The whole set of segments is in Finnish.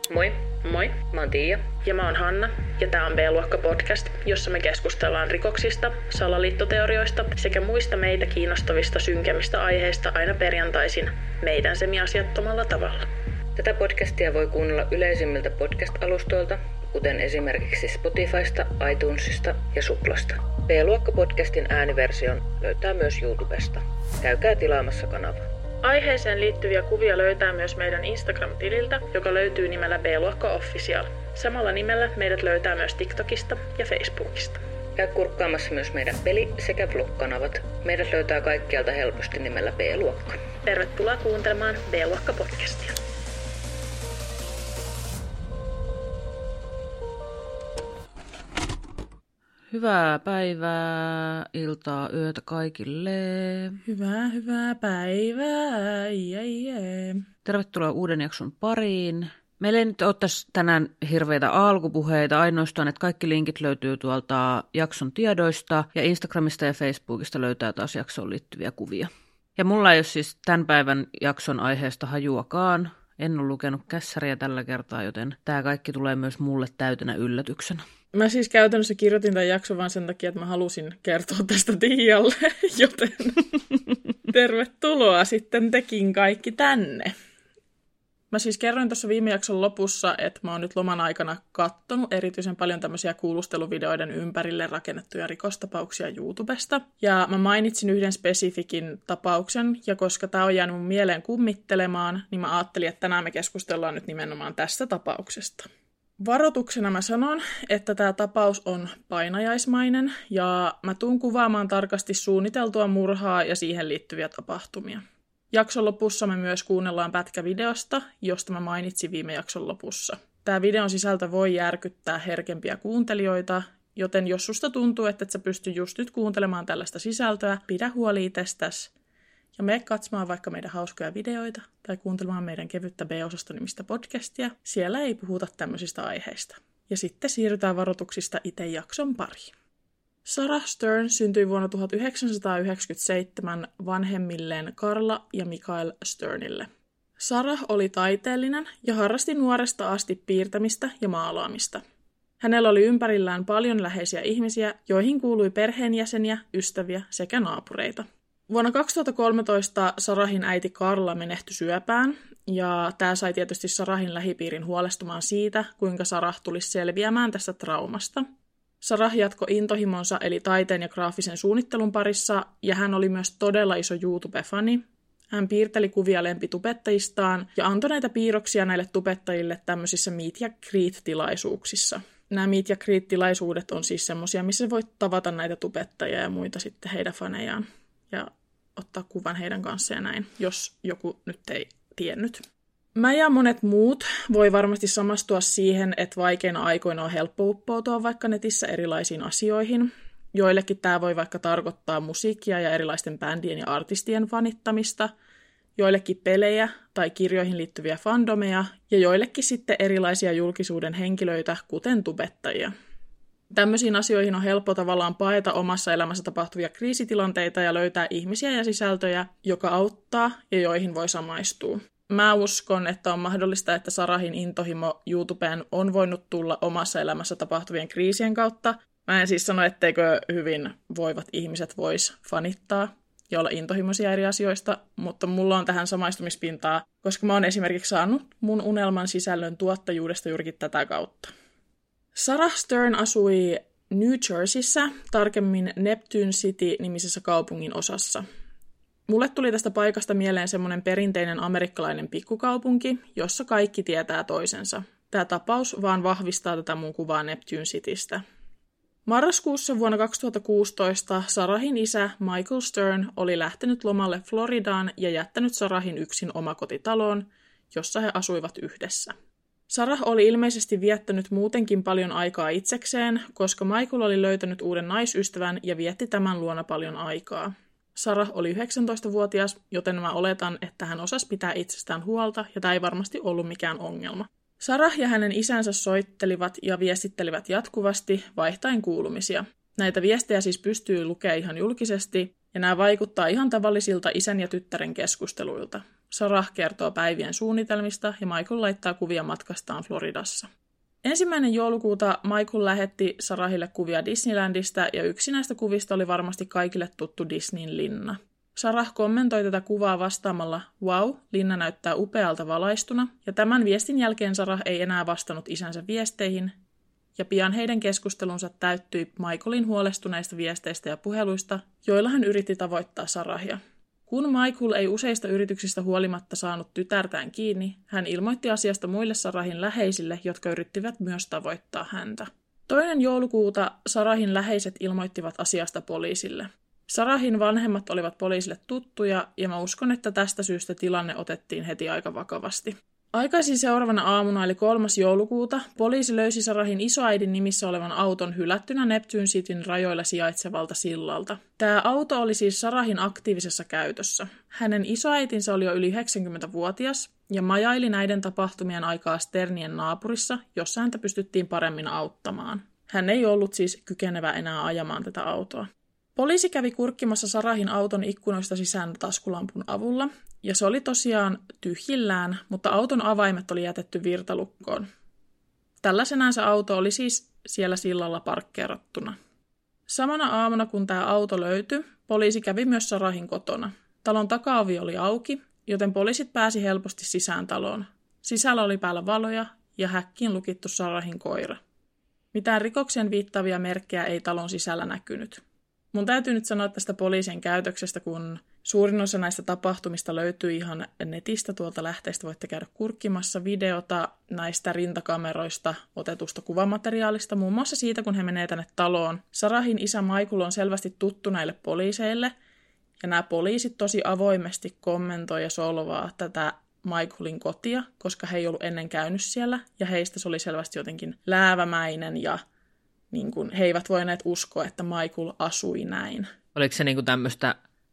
Moi, Moi, mä oon Tiia. ja mä oon Hanna, ja tää on B-luokka podcast, jossa me keskustellaan rikoksista, salaliittoteorioista sekä muista meitä kiinnostavista synkemmistä aiheista aina perjantaisin meidän semiasiattomalla tavalla. Tätä podcastia voi kuunnella yleisimmiltä podcast-alustoilta, kuten esimerkiksi Spotifysta, iTunesista ja Suplasta. B-luokka-podcastin ääniversion löytää myös YouTubesta. Käykää tilaamassa kanava. Aiheeseen liittyviä kuvia löytää myös meidän Instagram-tililtä, joka löytyy nimellä B-luokka Official. Samalla nimellä meidät löytää myös TikTokista ja Facebookista. Käy kurkkaamassa myös meidän peli- sekä vlog-kanavat. Meidät löytää kaikkialta helposti nimellä B-luokka. Tervetuloa kuuntelemaan B-luokka-podcastia. Hyvää päivää, iltaa, yötä kaikille. Hyvää päivää. Tervetuloa uuden jakson pariin. Meillä ei nyt ole tässä tänään hirveitä alkupuheita, ainoastaan, että kaikki linkit löytyy tuolta jakson tiedoista ja Instagramista ja Facebookista löytää taas jaksoon liittyviä kuvia. Ja mulla ei ole siis tämän päivän jakson aiheesta hajuakaan. En ole lukenut kässäriä tällä kertaa, joten tämä kaikki tulee myös mulle täytenä yllätyksenä. Mä siis käytännössä kirjoitin tämän jakson vaan sen takia, että mä halusin kertoa tästä Tiialle, joten tervetuloa sitten tekin kaikki tänne. Mä siis kerroin tuossa viime jakson lopussa, että mä oon nyt loman aikana kattonut erityisen paljon tämmöisiä kuulusteluvideoiden ympärille rakennettuja rikostapauksia YouTubesta. Ja mä mainitsin yhden spesifikin tapauksen, ja koska tää on jäänyt mun mieleen kummittelemaan, niin mä ajattelin, että tänään me keskustellaan nyt nimenomaan tästä tapauksesta. Varoituksena mä sanon, että tämä tapaus on painajaismainen ja mä tuun kuvaamaan tarkasti suunniteltua murhaa ja siihen liittyviä tapahtumia. Jakson lopussa me myös kuunnellaan pätkä videosta, josta mä mainitsin viime jakson lopussa. Tämä videon sisältö voi järkyttää herkempiä kuuntelijoita, joten jos susta tuntuu, että et sä pysty just nyt kuuntelemaan tällaista sisältöä, pidä huoli itsestäsi. Ja mene katsomaan vaikka meidän hauskoja videoita tai kuuntelemaan meidän kevyttä B-osasto-nimistä podcastia. Siellä ei puhuta tämmöisistä aiheista. Ja sitten siirrytään varoituksista itse jakson pariin. Sarah Stern syntyi vuonna 1997 vanhemmilleen Carla ja Michael Sternille. Sarah oli taiteellinen ja harrasti nuoresta asti piirtämistä ja maalaamista. Hänellä oli ympärillään paljon läheisiä ihmisiä, joihin kuului perheenjäseniä, ystäviä sekä naapureita. Vuonna 2013 Sarahin äiti Carla menehtyi syöpään, ja tämä sai tietysti Sarahin lähipiirin huolestumaan siitä, kuinka Sarah tulisi selviämään tästä traumasta. Sarah jatkoi intohimonsa eli taiteen ja graafisen suunnittelun parissa, ja hän oli myös todella iso YouTube-fani. Hän piirteli kuvia lempitubettajistaan ja antoi näitä piirroksia näille tubettajille tämmöisissä meet ja greet-tilaisuuksissa. Nämä meet ja greet-tilaisuudet on siis semmoisia, missä voit tavata näitä tubettajia ja muita sitten heidän fanejaan. Ja ottaa kuvan heidän kanssaan ja näin, jos joku nyt ei tiennyt. Mä ja monet muut voi varmasti samastua siihen, että vaikeina aikoina on helppo uppoutua vaikka netissä erilaisiin asioihin. Joillekin tämä voi vaikka tarkoittaa musiikkia ja erilaisten bändien ja artistien fanittamista, joillekin pelejä tai kirjoihin liittyviä fandomeja ja joillekin sitten erilaisia julkisuuden henkilöitä, kuten tubettajia. Tämmöisiin asioihin on helppo tavallaan paeta omassa elämässä tapahtuvia kriisitilanteita ja löytää ihmisiä ja sisältöjä, joka auttaa ja joihin voi samaistua. Mä uskon, että on mahdollista, että Sarahin intohimo YouTubeen on voinut tulla omassa elämässä tapahtuvien kriisien kautta. Mä en siis sano, etteikö hyvin voivat ihmiset vois fanittaa ja olla intohimoisia eri asioista, mutta mulla on tähän samaistumispintaa, koska mä oon esimerkiksi saanut mun unelman sisällön tuottajuudesta juurikin tätä kautta. Sarah Stern asui New Jerseyssä, tarkemmin Neptune City-nimisessä kaupungin osassa. Mulle tuli tästä paikasta mieleen semmoinen perinteinen amerikkalainen pikkukaupunki, jossa kaikki tietää toisensa. Tämä tapaus vaan vahvistaa tätä mun kuvaa Neptune Citystä. Marraskuussa vuonna 2016 Sarahin isä Michael Stern oli lähtenyt lomalle Floridaan ja jättänyt Sarahin yksin omakotitaloon, jossa he asuivat yhdessä. Sarah oli ilmeisesti viettänyt muutenkin paljon aikaa itsekseen, koska Michael oli löytänyt uuden naisystävän ja vietti tämän luona paljon aikaa. Sarah oli 19-vuotias, joten mä oletan, että hän osasi pitää itsestään huolta ja tämä ei varmasti ollut mikään ongelma. Sarah ja hänen isänsä soittelivat ja viestittelivät jatkuvasti vaihtaen kuulumisia. Näitä viestejä siis pystyy lukemaan ihan julkisesti ja nämä vaikuttaa ihan tavallisilta isän ja tyttären keskusteluilta. Sarah kertoo päivien suunnitelmista ja Michael laittaa kuvia matkastaan Floridassa. 1. joulukuuta Michael lähetti Sarahille kuvia Disneylandista ja yksi näistä kuvista oli varmasti kaikille tuttu Disneyn linna. Sarah kommentoi tätä kuvaa vastaamalla, wow, linna näyttää upealta valaistuna, ja tämän viestin jälkeen Sarah ei enää vastannut isänsä viesteihin, ja pian heidän keskustelunsa täyttyi Michaelin huolestuneista viesteistä ja puheluista, joilla hän yritti tavoittaa Sarahia. Kun Michael ei useista yrityksistä huolimatta saanut tytärtään kiinni, hän ilmoitti asiasta muille Sarahin läheisille, jotka yrittivät myös tavoittaa häntä. 2. joulukuuta Sarahin läheiset ilmoittivat asiasta poliisille. Sarahin vanhemmat olivat poliisille tuttuja, ja mä uskon, että tästä syystä tilanne otettiin heti aika vakavasti. Aikaisin seuraavana aamuna eli 3. joulukuuta poliisi löysi Sarahin isoäidin nimissä olevan auton hylättynä Neptune Cityn rajoilla sijaitsevalta sillalta. Tämä auto oli siis Sarahin aktiivisessa käytössä. Hänen isoäitinsä oli jo yli 90-vuotias ja majaili näiden tapahtumien aikaa Sternien naapurissa, jossa häntä pystyttiin paremmin auttamaan. Hän ei ollut siis kykenevä enää ajamaan tätä autoa. Poliisi kävi kurkkimassa Sarahin auton ikkunoista sisään taskulampun avulla, ja se oli tosiaan tyhjillään, mutta auton avaimet oli jätetty virtalukkoon. Tällaisenään se auto oli siis siellä sillalla parkkeerattuna. Samana aamuna, kun tämä auto löytyi, poliisi kävi myös Sarahin kotona. Talon takaovi oli auki, joten poliisit pääsi helposti sisään taloon. Sisällä oli päällä valoja ja häkkiin lukittu Sarahin koira. Mitään rikokseen viittaavia merkkejä ei talon sisällä näkynyt. Mun täytyy nyt sanoa tästä poliisien käytöksestä, kun suurin osa näistä tapahtumista löytyy ihan netistä tuolta lähteistä. Voitte käydä kurkkimassa videota näistä rintakameroista otetusta kuvamateriaalista, muun muassa siitä, kun he menee tänne taloon. Sarahin isä Michael on selvästi tuttu näille poliiseille, ja nämä poliisit tosi avoimesti kommentoi ja solvaa tätä Michaelin kotia, koska he ei ollut ennen käynyt siellä, ja heistä se oli selvästi jotenkin läävämäinen ja niin kuin he eivät voineet uskoa, että Michael asui näin. Oliko se niin kuin tämmöistä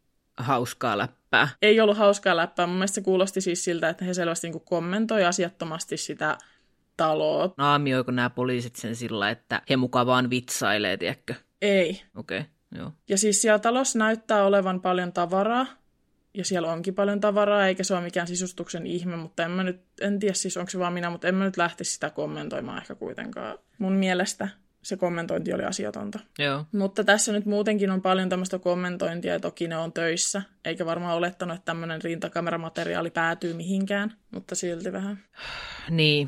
hauskaa läppää? Ei ollut hauskaa läppää. Mun mielestä se kuulosti siis siltä, että he selvästi niin kuin kommentoi asiattomasti sitä taloa. Naamioiko nämä poliisit sen sillä, että he mukaan vaan vitsailee, tiedätkö? Ei. Okei, joo. Ja siis siellä talossa näyttää olevan paljon tavaraa. Ja siellä onkin paljon tavaraa, eikä se ole mikään sisustuksen ihme, mutta en tiedä siis onko se vaan minä, mutta en mä nyt lähtisi sitä kommentoimaan ehkä kuitenkaan. Mun mielestä se kommentointi oli asiatonta. Joo. Mutta tässä nyt muutenkin on paljon tämmöistä kommentointia, ja toki ne on töissä, eikä varmaan olettanut, että tämmöinen rintakameramateriaali päätyy mihinkään, mutta silti vähän. Niin,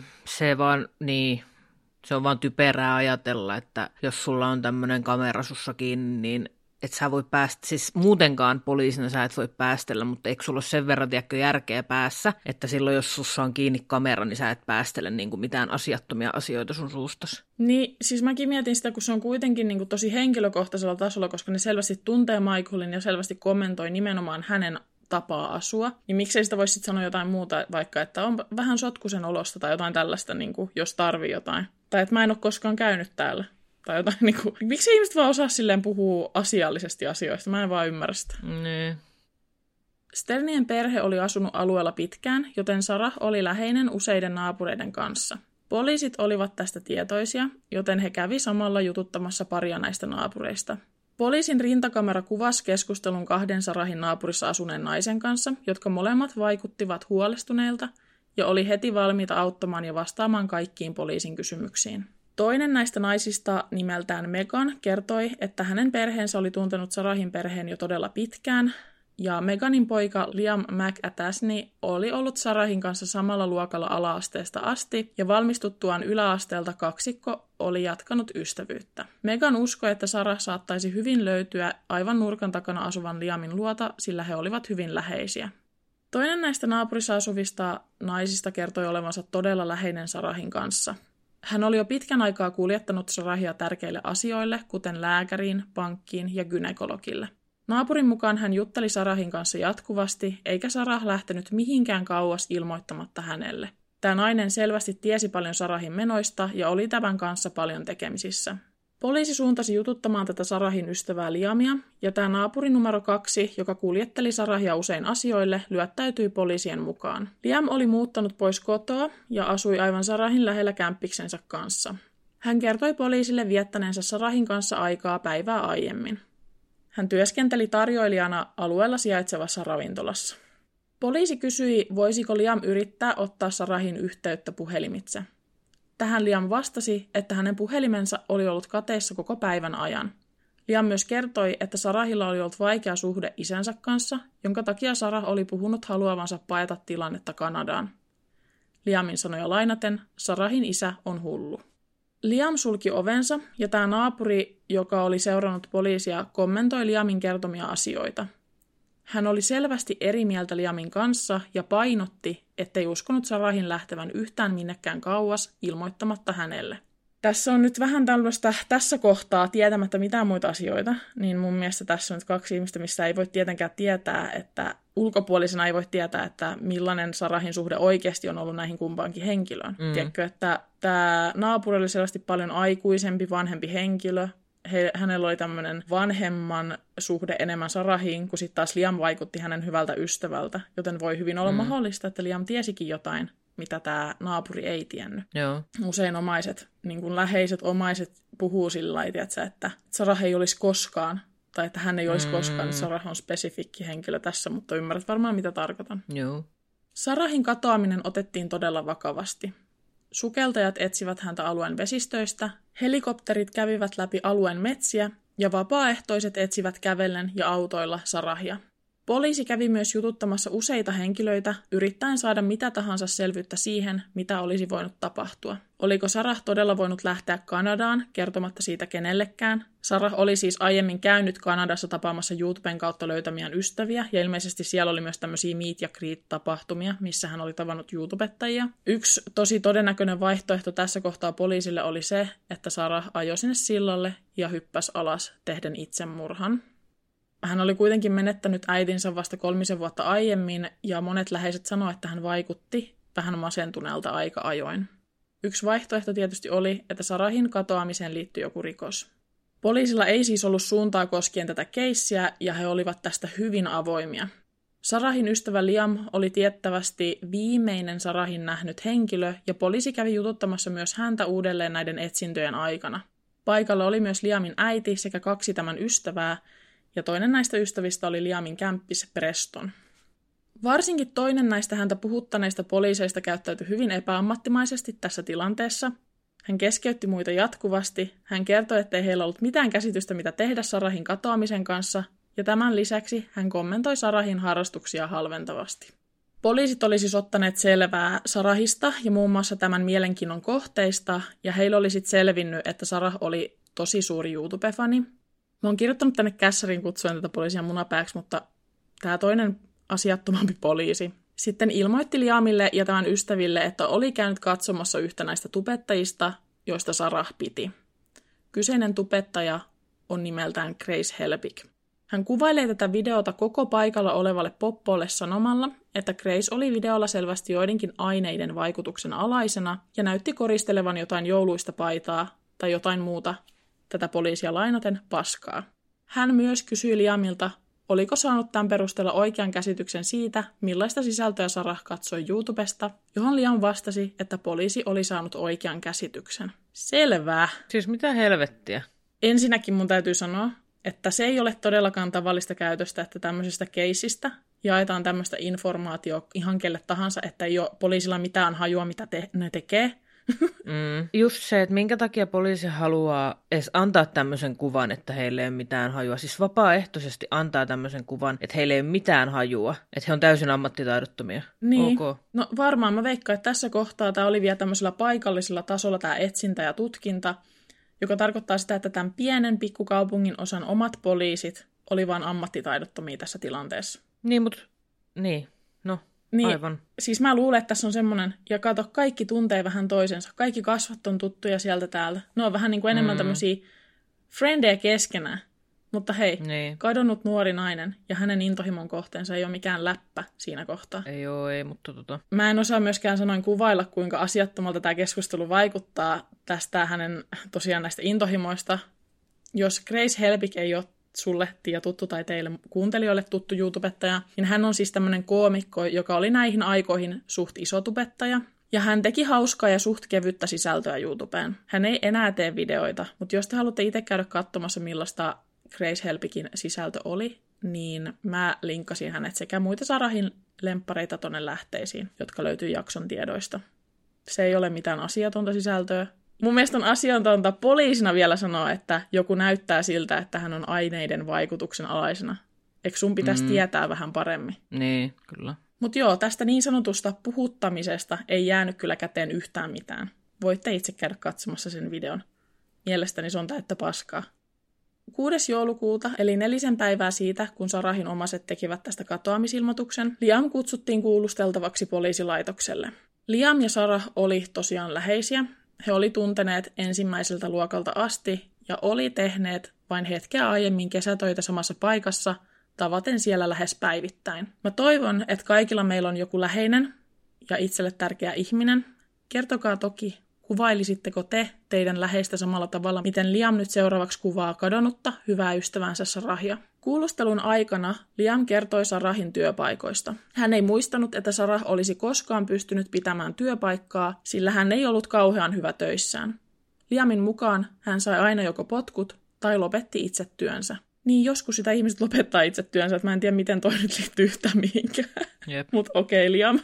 se on vaan typerää ajatella, että jos sulla on tämmöinen kamera sussakin, niin et sä voi päästä, siis muutenkaan poliisina sä et voi päästellä, mutta eikö sulla ole sen verran järkeä päässä, että silloin jos sussa on kiinni kamera, niin sä et päästele niin kuin mitään asiattomia asioita sun suustas. Niin, siis mäkin mietin sitä, kun se on kuitenkin niin kuin tosi henkilökohtaisella tasolla, koska ne selvästi tuntee Michaelin ja selvästi kommentoi nimenomaan hänen tapaa asua, niin miksei sitä voisi sitten sanoa jotain muuta, vaikka että on vähän sotkusen olosta tai jotain tällaista, niin kuin, jos tarvii jotain. Tai että mä en ole koskaan käynyt täällä. Tai jotain, niin kuin, miksi ihmiset vaan osaa silleen puhua asiallisesti asioista? Mä en vaan ymmärrä sitä. Nee. Sternien perhe oli asunut alueella pitkään, joten Sarah oli läheinen useiden naapureiden kanssa. Poliisit olivat tästä tietoisia, joten he kävi samalla jututtamassa paria näistä naapureista. Poliisin rintakamera kuvasi keskustelun 2 Sarahin naapurissa asuneen naisen kanssa, jotka molemmat vaikuttivat huolestuneilta ja oli heti valmiita auttamaan ja vastaamaan kaikkiin poliisin kysymyksiin. Toinen näistä naisista nimeltään Megan kertoi, että hänen perheensä oli tuntenut Sarahin perheen jo todella pitkään, ja Meganin poika Liam McAtasney oli ollut Sarahin kanssa samalla luokalla ala-asteesta asti, ja valmistuttuaan yläasteelta kaksikko oli jatkanut ystävyyttä. Megan uskoi, että Sarah saattaisi hyvin löytyä aivan nurkan takana asuvan Liamin luota, sillä he olivat hyvin läheisiä. Toinen näistä naapurissa asuvista naisista kertoi olevansa todella läheinen Sarahin kanssa. Hän oli jo pitkän aikaa kuljettanut Sarahia tärkeille asioille, kuten lääkäriin, pankkiin ja gynekologille. Naapurin mukaan hän jutteli Sarahin kanssa jatkuvasti, eikä Sarah lähtenyt mihinkään kauas ilmoittamatta hänelle. Tämä nainen selvästi tiesi paljon Sarahin menoista ja oli tämän kanssa paljon tekemisissä. Poliisi suuntasi jututtamaan tätä Sarahin ystävää Liamia, ja tämä naapuri numero 2, joka kuljetteli Sarahia usein asioille, lyöttäytyi poliisien mukaan. Liam oli muuttanut pois kotoa ja asui aivan Sarahin lähellä kämppiksensä kanssa. Hän kertoi poliisille viettäneensä Sarahin kanssa aikaa päivää aiemmin. Hän työskenteli tarjoilijana alueella sijaitsevassa ravintolassa. Poliisi kysyi, voisiko Liam yrittää ottaa Sarahin yhteyttä puhelimitse. Tähän Liam vastasi, että hänen puhelimensa oli ollut kateissa koko päivän ajan. Liam myös kertoi, että Sarahilla oli ollut vaikea suhde isänsä kanssa, jonka takia Sarah oli puhunut haluavansa paeta tilannetta Kanadaan. Liamin sanoja lainaten, Sarahin isä on hullu. Liam sulki ovensa ja tämä naapuri, joka oli seurannut poliisia, kommentoi Liamin kertomia asioita. Hän oli selvästi eri mieltä Liamin kanssa ja painotti, ettei uskonut Sarahin lähtevän yhtään minnekään kauas ilmoittamatta hänelle. Tässä on nyt vähän tällaista tässä kohtaa tietämättä mitään muita asioita, niin mun mielestä tässä on nyt kaksi ihmistä, missä ei voi tietenkään tietää, että ulkopuolisena ei voi tietää, että millainen Sarahin suhde oikeasti on ollut näihin kumpaankin henkilöön. Tiedätkö, että tämä naapuri oli selvästi paljon aikuisempi, vanhempi henkilö. Hänellä oli tämmöinen vanhemman suhde enemmän Sarahiin, kun sitten taas Liam vaikutti hänen hyvältä ystävältä, joten voi hyvin olla mahdollista, että Liam tiesikin jotain, mitä tämä naapuri ei tiennyt. Joo. Usein omaiset, niin kuin läheiset omaiset puhuu sillä lailla, että Sarah ei olisi koskaan, tai että hän ei olisi koskaan, että Sarah on spesifikki henkilö tässä, mutta ymmärrät varmaan, mitä tarkoitan. Joo. Sarahin katoaminen otettiin todella vakavasti. Sukeltajat etsivät häntä alueen vesistöistä, helikopterit kävivät läpi alueen metsiä ja vapaaehtoiset etsivät kävellen ja autoilla Sarahia. Poliisi kävi myös jututtamassa useita henkilöitä, yrittäen saada mitä tahansa selvyyttä siihen, mitä olisi voinut tapahtua. Oliko Sarah todella voinut lähteä Kanadaan, kertomatta siitä kenellekään? Sarah oli siis aiemmin käynyt Kanadassa tapaamassa YouTuben kautta löytämiään ystäviä, ja ilmeisesti siellä oli myös tämmöisiä meet ja greet-tapahtumia, missä hän oli tavannut YouTubettajia. Yksi tosi todennäköinen vaihtoehto tässä kohtaa poliisille oli se, että Sarah ajoi sinne sillalle ja hyppäsi alas tehden itsemurhan. Hän oli kuitenkin menettänyt äitinsä vasta 3 vuotta aiemmin, ja monet läheiset sanoivat, että hän vaikutti vähän masentuneelta aika ajoin. Yksi vaihtoehto tietysti oli, että Sarahin katoamiseen liittyi joku rikos. Poliisilla ei siis ollut suuntaa koskien tätä keissiä, ja he olivat tästä hyvin avoimia. Sarahin ystävä Liam oli tiettävästi viimeinen Sarahin nähnyt henkilö, ja poliisi kävi jututtamassa myös häntä uudelleen näiden etsintöjen aikana. Paikalla oli myös Liamin äiti sekä 2 tämän ystävää, ja toinen näistä ystävistä oli Liamin kämppis Preston. Varsinkin toinen näistä häntä puhuttaneista poliiseista käyttäytyi hyvin epäammattimaisesti tässä tilanteessa. Hän keskeytti muita jatkuvasti, hän kertoi, ettei heillä ollut mitään käsitystä, mitä tehdä Sarahin katoamisen kanssa, ja tämän lisäksi hän kommentoi Sarahin harrastuksia halventavasti. Poliisit oli siis ottaneet selvää Sarahista ja muun muassa tämän mielenkiinnon kohteista, ja heillä oli sitten selvinnyt, että Sarah oli tosi suuri YouTube-fani. Mä oon kirjoittanut tänne kässäriin kutsuen tätä poliisia munapääksi, mutta tämä toinen asiattomampi poliisi sitten ilmoitti Liamille ja tämän ystäville, että oli käynyt katsomassa yhtä näistä tubettajista, joista Sarah piti. Kyseinen tubettaja on nimeltään Grace Helbig. Hän kuvailee tätä videota koko paikalla olevalle poppolle sanomalla, että Grace oli videolla selvästi joidenkin aineiden vaikutuksen alaisena ja näytti koristelevan jotain jouluista paitaa tai jotain muuta tätä poliisia lainaten paskaa. Hän myös kysyi Liamilta, oliko saanut tämän perusteella oikean käsityksen siitä, millaista sisältöä Sarah katsoi YouTubesta, johon Liam vastasi, että poliisi oli saanut oikean käsityksen. Selvä. Siis mitä helvettiä? Ensinnäkin mun täytyy sanoa, että se ei ole todellakaan tavallista käytöstä, että tämmöisestä keisistä jaetaan tämmöistä informaatiota ihan kelle tahansa, että ei ole poliisilla mitään hajua, mitä ne tekee. Just se, että minkä takia poliisi haluaa edes antaa tämmöisen kuvan, että heille ei ole mitään hajua. Siis vapaaehtoisesti antaa tämmöisen kuvan, että heille ei ole mitään hajua. Että he on täysin ammattitaidottomia. Niin. Okay. No varmaan mä veikkaan, että tässä kohtaa tämä oli vielä tämmöisellä paikallisella tasolla tämä etsintä ja tutkinta, joka tarkoittaa sitä, että tämän pienen pikkukaupungin osan omat poliisit oli vaan ammattitaidottomia tässä tilanteessa. Niin, mutta niin, no. Niin, aivan. Siis mä luulen, että tässä on semmoinen, ja kato, kaikki tuntee vähän toisensa. Kaikki kasvat on tuttuja sieltä täältä. Ne on vähän niin kuin enemmän tämmöisiä frendejä keskenään. Mutta hei, kadonnut nuori nainen ja hänen intohimon kohteensa ei ole mikään läppä siinä kohtaa. Ei, mutta Mä en osaa myöskään sanoin kuvailla, kuinka asiattomalta tämä keskustelu vaikuttaa tästä hänen tosiaan näistä intohimoista. Jos Grace Helbig ei ole sulle tuttu tai teille kuuntelijoille tuttu YouTubettaja, niin hän on siis tämmöinen koomikko, joka oli näihin aikoihin suht iso tubettaja. Ja hän teki hauskaa ja suht kevyttä sisältöä YouTubeen. Hän ei enää tee videoita, mutta jos te haluatte itse käydä katsomassa, millaista Grace Helbigin sisältö oli, niin mä linkkasin hänet sekä muita Sarahin lemppareita tonne lähteisiin, jotka löytyy jakson tiedoista. Se ei ole mitään asiatonta sisältöä. Mun mielestä on asiatonta poliisina vielä sanoa, että joku näyttää siltä, että hän on aineiden vaikutuksen alaisena. Eikö sun pitäisi tietää vähän paremmin? Niin, kyllä. Mutta joo, tästä niin sanotusta puhuttamisesta ei jäänyt kyllä käteen yhtään mitään. Voitte itse käydä katsomassa sen videon. Mielestäni se on täyttä paskaa. 6. joulukuuta, eli 4 päivää siitä, kun Sarahin omaiset tekivät tästä katoamisilmoituksen, Liam kutsuttiin kuulusteltavaksi poliisilaitokselle. Liam ja Sarah oli tosiaan läheisiä. He oli tunteneet ensimmäiseltä luokalta asti ja oli tehneet vain hetkeä aiemmin kesätöitä samassa paikassa, tavaten siellä lähes päivittäin. Mä toivon, että kaikilla meillä on joku läheinen ja itselle tärkeä ihminen. Kertokaa toki, kuvailisitteko te teidän läheistä samalla tavalla, miten Liam nyt seuraavaksi kuvaa kadonnutta hyvää ystävänsä Sarahia. Kuulustelun aikana Liam kertoi Sarahin työpaikoista. Hän ei muistanut, että Sarah olisi koskaan pystynyt pitämään työpaikkaa, sillä hän ei ollut kauhean hyvä töissään. Liamin mukaan hän sai aina joko potkut tai lopetti itse työnsä. Niin joskus sitä ihmiset lopettaa itse työnsä, että mä en tiedä, miten toi nyt liittyy yhtään mihinkään. Jep. Mutta okei, Liam.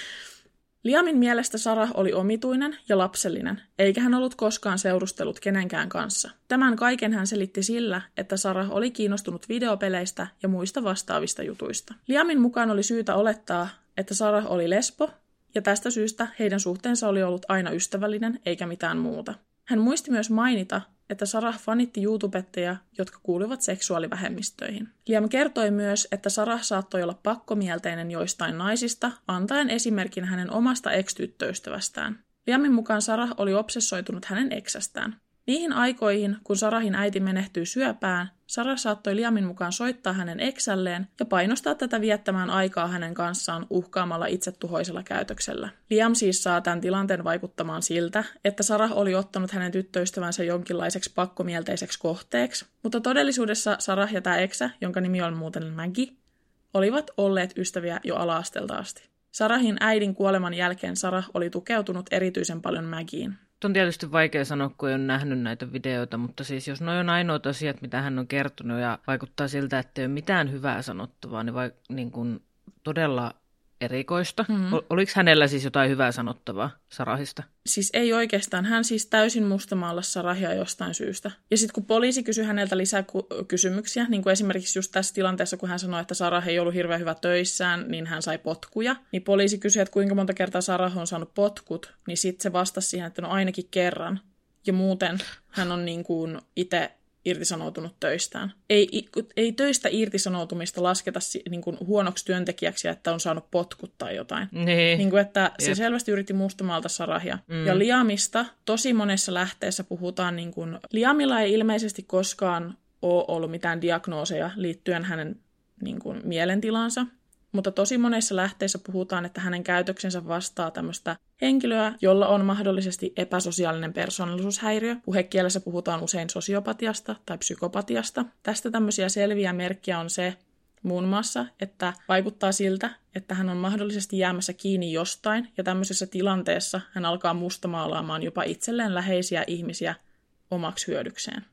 Liamin mielestä Sarah oli omituinen ja lapsellinen, eikä hän ollut koskaan seurustellut kenenkään kanssa. Tämän kaiken hän selitti sillä, että Sarah oli kiinnostunut videopeleistä ja muista vastaavista jutuista. Liamin mukaan oli syytä olettaa, että Sarah oli lesbo, ja tästä syystä heidän suhteensa oli ollut aina ystävällinen eikä mitään muuta. Hän muisti myös mainita, että Sarah fanitti YouTubetteja, jotka kuuluvat seksuaalivähemmistöihin. Liam kertoi myös, että Sarah saattoi olla pakkomielteinen joistain naisista, antaen esimerkin hänen omasta ex-tyttöystävästään. Liamin mukaan Sarah oli obsessoitunut hänen eksästään. Niihin aikoihin, kun Sarahin äiti menehtyi syöpään, Sarah saattoi Liamin mukaan soittaa hänen eksälleen ja painostaa tätä viettämään aikaa hänen kanssaan uhkaamalla itsetuhoisella käytöksellä. Liam siis saa tämän tilanteen vaikuttamaan siltä, että Sarah oli ottanut hänen tyttöystävänsä jonkinlaiseksi pakkomielteiseksi kohteeksi, mutta todellisuudessa Sarah ja tämä eksä, jonka nimi on muuten Maggie, olivat olleet ystäviä jo ala-asteelta asti. Sarahin äidin kuoleman jälkeen Sarah oli tukeutunut erityisen paljon Maggieen. On tietysti vaikea sanoa, kun ei ole nähnyt näitä videoita, mutta siis jos noi on ainoat asiat, mitä hän on kertonut ja vaikuttaa siltä, että ei ole mitään hyvää sanottavaa, niin kuin todella erikoista. Oliko hänellä siis jotain hyvää sanottavaa Sarahista? Siis ei oikeastaan. Hän siis täysin mustamaalasi Sarahia jostain syystä. Ja sitten kun poliisi kysyi häneltä lisää kysymyksiä, niin kuin esimerkiksi just tässä tilanteessa, kun hän sanoi, että Sarah ei ollut hirveän hyvä töissään, niin hän sai potkuja. Niin poliisi kysyi, että kuinka monta kertaa Sarah on saanut potkut, niin sitten se vastasi siihen, että no ainakin kerran. Ja muuten hän on niin kuin itse irtisanoutunut töistään. Ei töistä irtisanoutumista lasketa niin kuin huonoksi työntekijäksi, että on saanut potkut tai jotain. Niin kuin, että se selvästi yritti mustamaalta Sarahia. Ja Liamista tosi monessa lähteessä puhutaan, niin kuin, Liamilla ei ilmeisesti koskaan ole ollut mitään diagnooseja liittyen hänen niin kuin, mielentilansa. Mutta tosi monessa lähteessä puhutaan, että hänen käytöksensä vastaa tämmöistä henkilöä, jolla on mahdollisesti epäsosiaalinen persoonallisuushäiriö. Puhekielessä puhutaan usein sosiopatiasta tai psykopatiasta. Tästä tämmöisiä selviä merkkiä on se muun muassa, että vaikuttaa siltä, että hän on mahdollisesti jäämässä kiinni jostain, ja tämmöisessä tilanteessa hän alkaa mustamaalaamaan jopa itselleen läheisiä ihmisiä omaksi hyödykseen.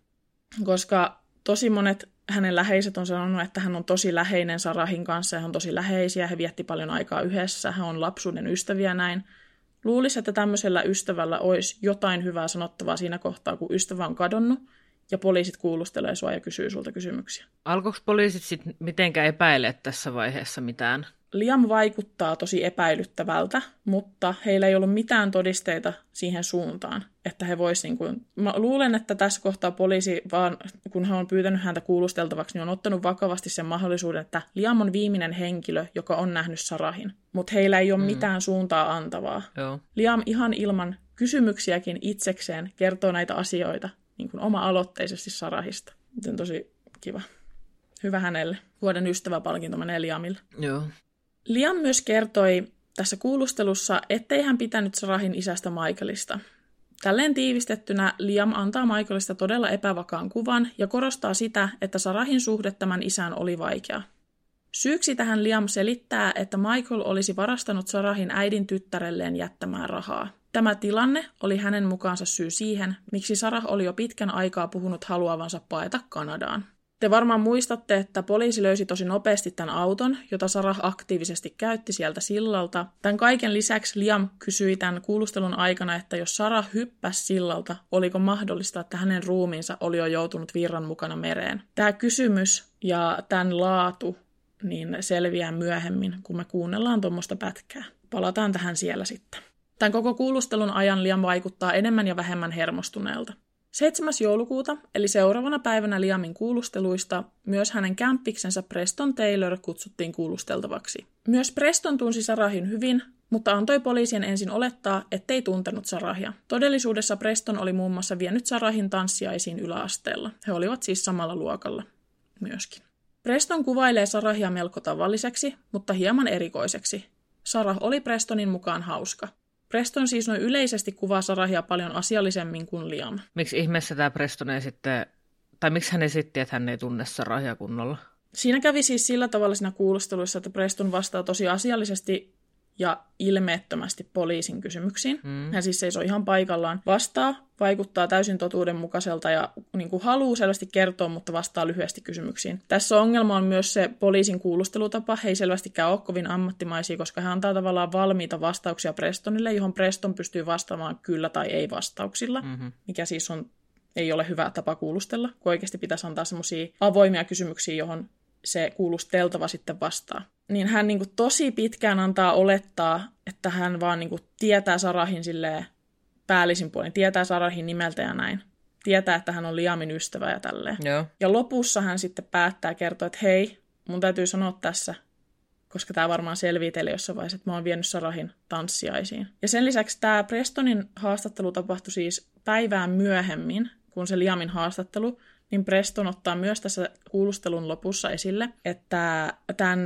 Koska tosi monet hänen läheiset on sanonut, että hän on tosi läheinen Sarahin kanssa ja he on tosi läheisiä, he vietti paljon aikaa yhdessä, hän on lapsuuden ystäviä näin. Luulisi, että tämmöisellä ystävällä olisi jotain hyvää sanottavaa siinä kohtaa, kun ystävä on kadonnut ja poliisit kuulustelee sua ja kysyy sulta kysymyksiä. Alkoiko poliisit sitten mitenkään epäilee tässä vaiheessa mitään? Liam vaikuttaa tosi epäilyttävältä, mutta heillä ei ollut mitään todisteita siihen suuntaan, että he voisivat... Mä luulen, että tässä kohtaa poliisi, vaan kun he on pyytänyt häntä kuulusteltavaksi, niin on ottanut vakavasti sen mahdollisuuden, että Liam on viimeinen henkilö, joka on nähnyt Sarahin. Mutta heillä ei ole mitään suuntaa antavaa. Joo. Liam ihan ilman kysymyksiäkin itsekseen kertoo näitä asioita niin kuin oma-aloitteisesti Sarahista. Se on tosi kiva. Hyvä hänelle. Vuoden ystäväpalkinto menee Liamille. Joo. Liam myös kertoi tässä kuulustelussa, ettei hän pitänyt Sarahin isästä Michaelista. Tälleen tiivistettynä Liam antaa Michaelista todella epävakaan kuvan ja korostaa sitä, että Sarahin suhde tämän isään oli vaikea. Syyksi tähän Liam selittää, että Michael olisi varastanut Sarahin äidin tyttärelleen jättämään rahaa. Tämä tilanne oli hänen mukaansa syy siihen, miksi Sarah oli jo pitkän aikaa puhunut haluavansa paeta Kanadaan. Te varmaan muistatte, että poliisi löysi tosi nopeasti tämän auton, jota Sarah aktiivisesti käytti sieltä sillalta. Tämän kaiken lisäksi Liam kysyi tämän kuulustelun aikana, että jos Sarah hyppäsi sillalta, oliko mahdollista, että hänen ruumiinsa oli jo joutunut virran mukana mereen. Tämä kysymys ja tämän laatu niin selviää myöhemmin, kun me kuunnellaan tuommoista pätkää. Palataan tähän siellä sitten. Tämän koko kuulustelun ajan Liam vaikuttaa enemmän ja vähemmän hermostuneelta. 7. joulukuuta, eli seuraavana päivänä Liamin kuulusteluista, myös hänen kämppiksensä Preston Taylor kutsuttiin kuulusteltavaksi. Myös Preston tunsi Sarahin hyvin, mutta antoi poliisien ensin olettaa, ettei tuntenut Sarahia. Todellisuudessa Preston oli muun muassa vienyt Sarahin tanssiaisiin yläasteella. He olivat siis samalla luokalla myöskin. Preston kuvailee Sarahia melko tavalliseksi, mutta hieman erikoiseksi. Sarah oli Prestonin mukaan hauska. Preston siis noin yleisesti kuvaa Sarahia paljon asiallisemmin kuin Liam. Miksi ihmeessä tämä Preston ei sitten, tai miksi hän esitti, että hän ei tunne Sarahia kunnolla? Siinä kävi siis sillä tavalla siinä kuulusteluissa, että Preston vastaa tosi asiallisesti ja ilmeettömästi poliisin kysymyksiin. Hän siis seisoo ihan paikallaan, vastaa, vaikuttaa täysin totuudenmukaiselta ja niin kuin haluaa selvästi kertoa, mutta vastaa lyhyesti kysymyksiin. Tässä ongelma on myös se poliisin kuulustelutapa. He ei selvästikään ole kovin ammattimaisia, koska he antaa tavallaan valmiita vastauksia Prestonille, johon Preston pystyy vastaamaan kyllä tai ei vastauksilla, mikä siis ei ole hyvä tapa kuulustella, kun oikeasti pitäisi antaa semmoisia avoimia kysymyksiä, johon se kuulusteltava sitten vastaa. Niin hän niin kuin tosi pitkään antaa olettaa, että hän vaan niin kuin tietää Sarahin silleen päällisin puolin, tietää Sarahin nimeltä ja näin. Tietää, että hän on Liamin ystävä ja tälleen. Joo. Ja lopussa hän sitten päättää kertoa, että hei, mun täytyy sanoa tässä, koska tämä varmaan selvii teille jossain vaiheessa, että mä oon vienyt Sarahin tanssiaisiin. Ja sen lisäksi tämä Prestonin haastattelu tapahtui siis päivään myöhemmin kuin se Liamin haastattelu, niin Preston ottaa myös tässä kuulustelun lopussa esille, että tämän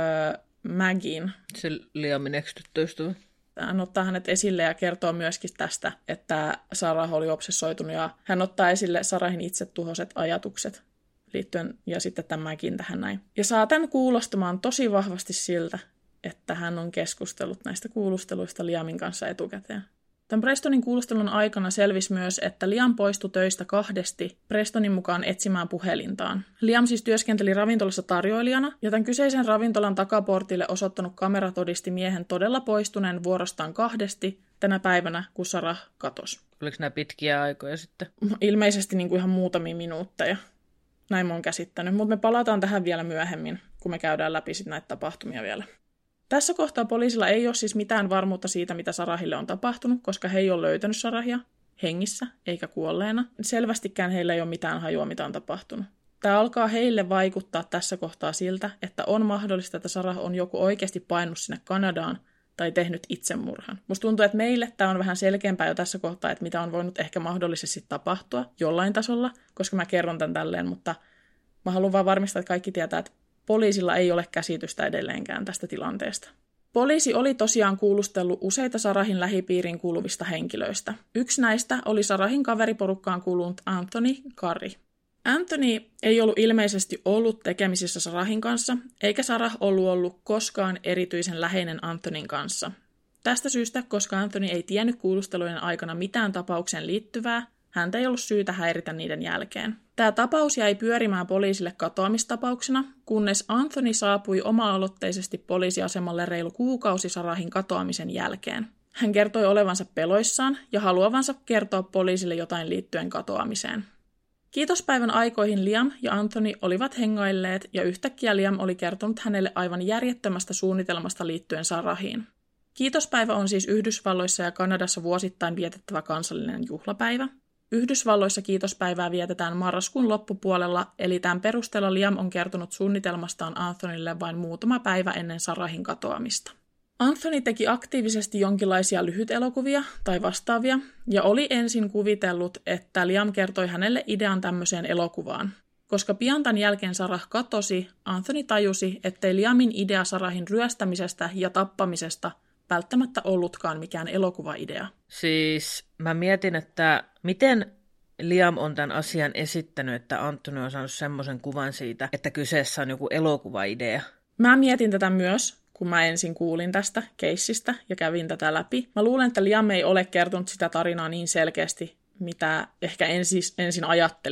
Maggien, se Liamin ex-tyttöystävä, hän ottaa hänet esille ja kertoo myöskin tästä, että Sarah oli obsessoitunut ja hän ottaa esille Sarahin itsetuhoiset ajatukset liittyen ja sitten tämän Maggien tähän näin. Ja saa tämän kuulostamaan tosi vahvasti siltä, että hän on keskustellut näistä kuulusteluista Liamin kanssa etukäteen. Tämän Prestonin kuulustelun aikana selvisi myös, että Liam poistui töistä kahdesti Prestonin mukaan etsimään puhelintaan. Liam siis työskenteli ravintolassa tarjoilijana, ja tämän kyseisen ravintolan takaportille osoittanut kamera todisti miehen todella poistuneen vuorostaan kahdesti tänä päivänä, kun Sarah katosi. Oliko nämä pitkiä aikoja sitten? Ilmeisesti niin kuin ihan muutamia minuutteja. Näin mä oon käsittänyt, mutta me palataan tähän vielä myöhemmin, kun me käydään läpi sit näitä tapahtumia vielä. Tässä kohtaa poliisilla ei ole siis mitään varmuutta siitä, mitä Sarahille on tapahtunut, koska he ei ole löytänyt Sarahia hengissä eikä kuolleena. Selvästikään heillä ei ole mitään hajua, mitä on tapahtunut. Tämä alkaa heille vaikuttaa tässä kohtaa siltä, että on mahdollista, että Sarah on joku oikeasti painunut sinne Kanadaan tai tehnyt itsemurhan. Musta tuntuu, että meille tämä on vähän selkeämpää jo tässä kohtaa, että mitä on voinut ehkä mahdollisesti tapahtua jollain tasolla, koska mä kerron tämän tälleen, mutta mä haluan vaan varmistaa, että kaikki tietää, että poliisilla ei ole käsitystä edelleenkään tästä tilanteesta. Poliisi oli tosiaan kuulustellut useita Sarahin lähipiiriin kuuluvista henkilöistä. Yksi näistä oli Sarahin kaveriporukkaan kuulunut Anthony Curry. Anthony ei ollut ilmeisesti ollut tekemisissä Sarahin kanssa, eikä Sarah ollut koskaan erityisen läheinen Anthonyn kanssa. Tästä syystä, koska Anthony ei tiennyt kuulustelujen aikana mitään tapaukseen liittyvää, häntä ei ollut syytä häiritä niiden jälkeen. Tämä tapaus jäi pyörimään poliisille katoamistapauksena, kunnes Anthony saapui oma-aloitteisesti poliisiasemalle reilu kuukausi Sarahin katoamisen jälkeen. Hän kertoi olevansa peloissaan ja haluavansa kertoa poliisille jotain liittyen katoamiseen. Kiitospäivän aikoihin Liam ja Anthony olivat hengailleet ja yhtäkkiä Liam oli kertonut hänelle aivan järjettömästä suunnitelmasta liittyen Sarahiin. Kiitospäivä on siis Yhdysvalloissa ja Kanadassa vuosittain vietettävä kansallinen juhlapäivä. Yhdysvalloissa kiitospäivää vietetään marraskuun loppupuolella, eli tämän perusteella Liam on kertonut suunnitelmastaan Anthonylle vain muutama päivä ennen Sarahin katoamista. Anthony teki aktiivisesti jonkinlaisia lyhytelokuvia tai vastaavia, ja oli ensin kuvitellut, että Liam kertoi hänelle idean tämmöiseen elokuvaan. Koska pian tämän jälkeen Sarah katosi, Anthony tajusi, ettei Liamin idea Sarahin ryöstämisestä ja tappamisesta välttämättä ollutkaan mikään elokuvaidea. Siis mä mietin, että miten Liam on tämän asian esittänyt, että Anthony on saanut semmoisen kuvan siitä, että kyseessä on joku elokuvaidea. Mä mietin tätä myös, kun mä ensin kuulin tästä keissistä ja kävin tätä läpi. Mä luulen, että Liam ei ole kertonut sitä tarinaa niin selkeästi, mitä ehkä ensin ajattelisi.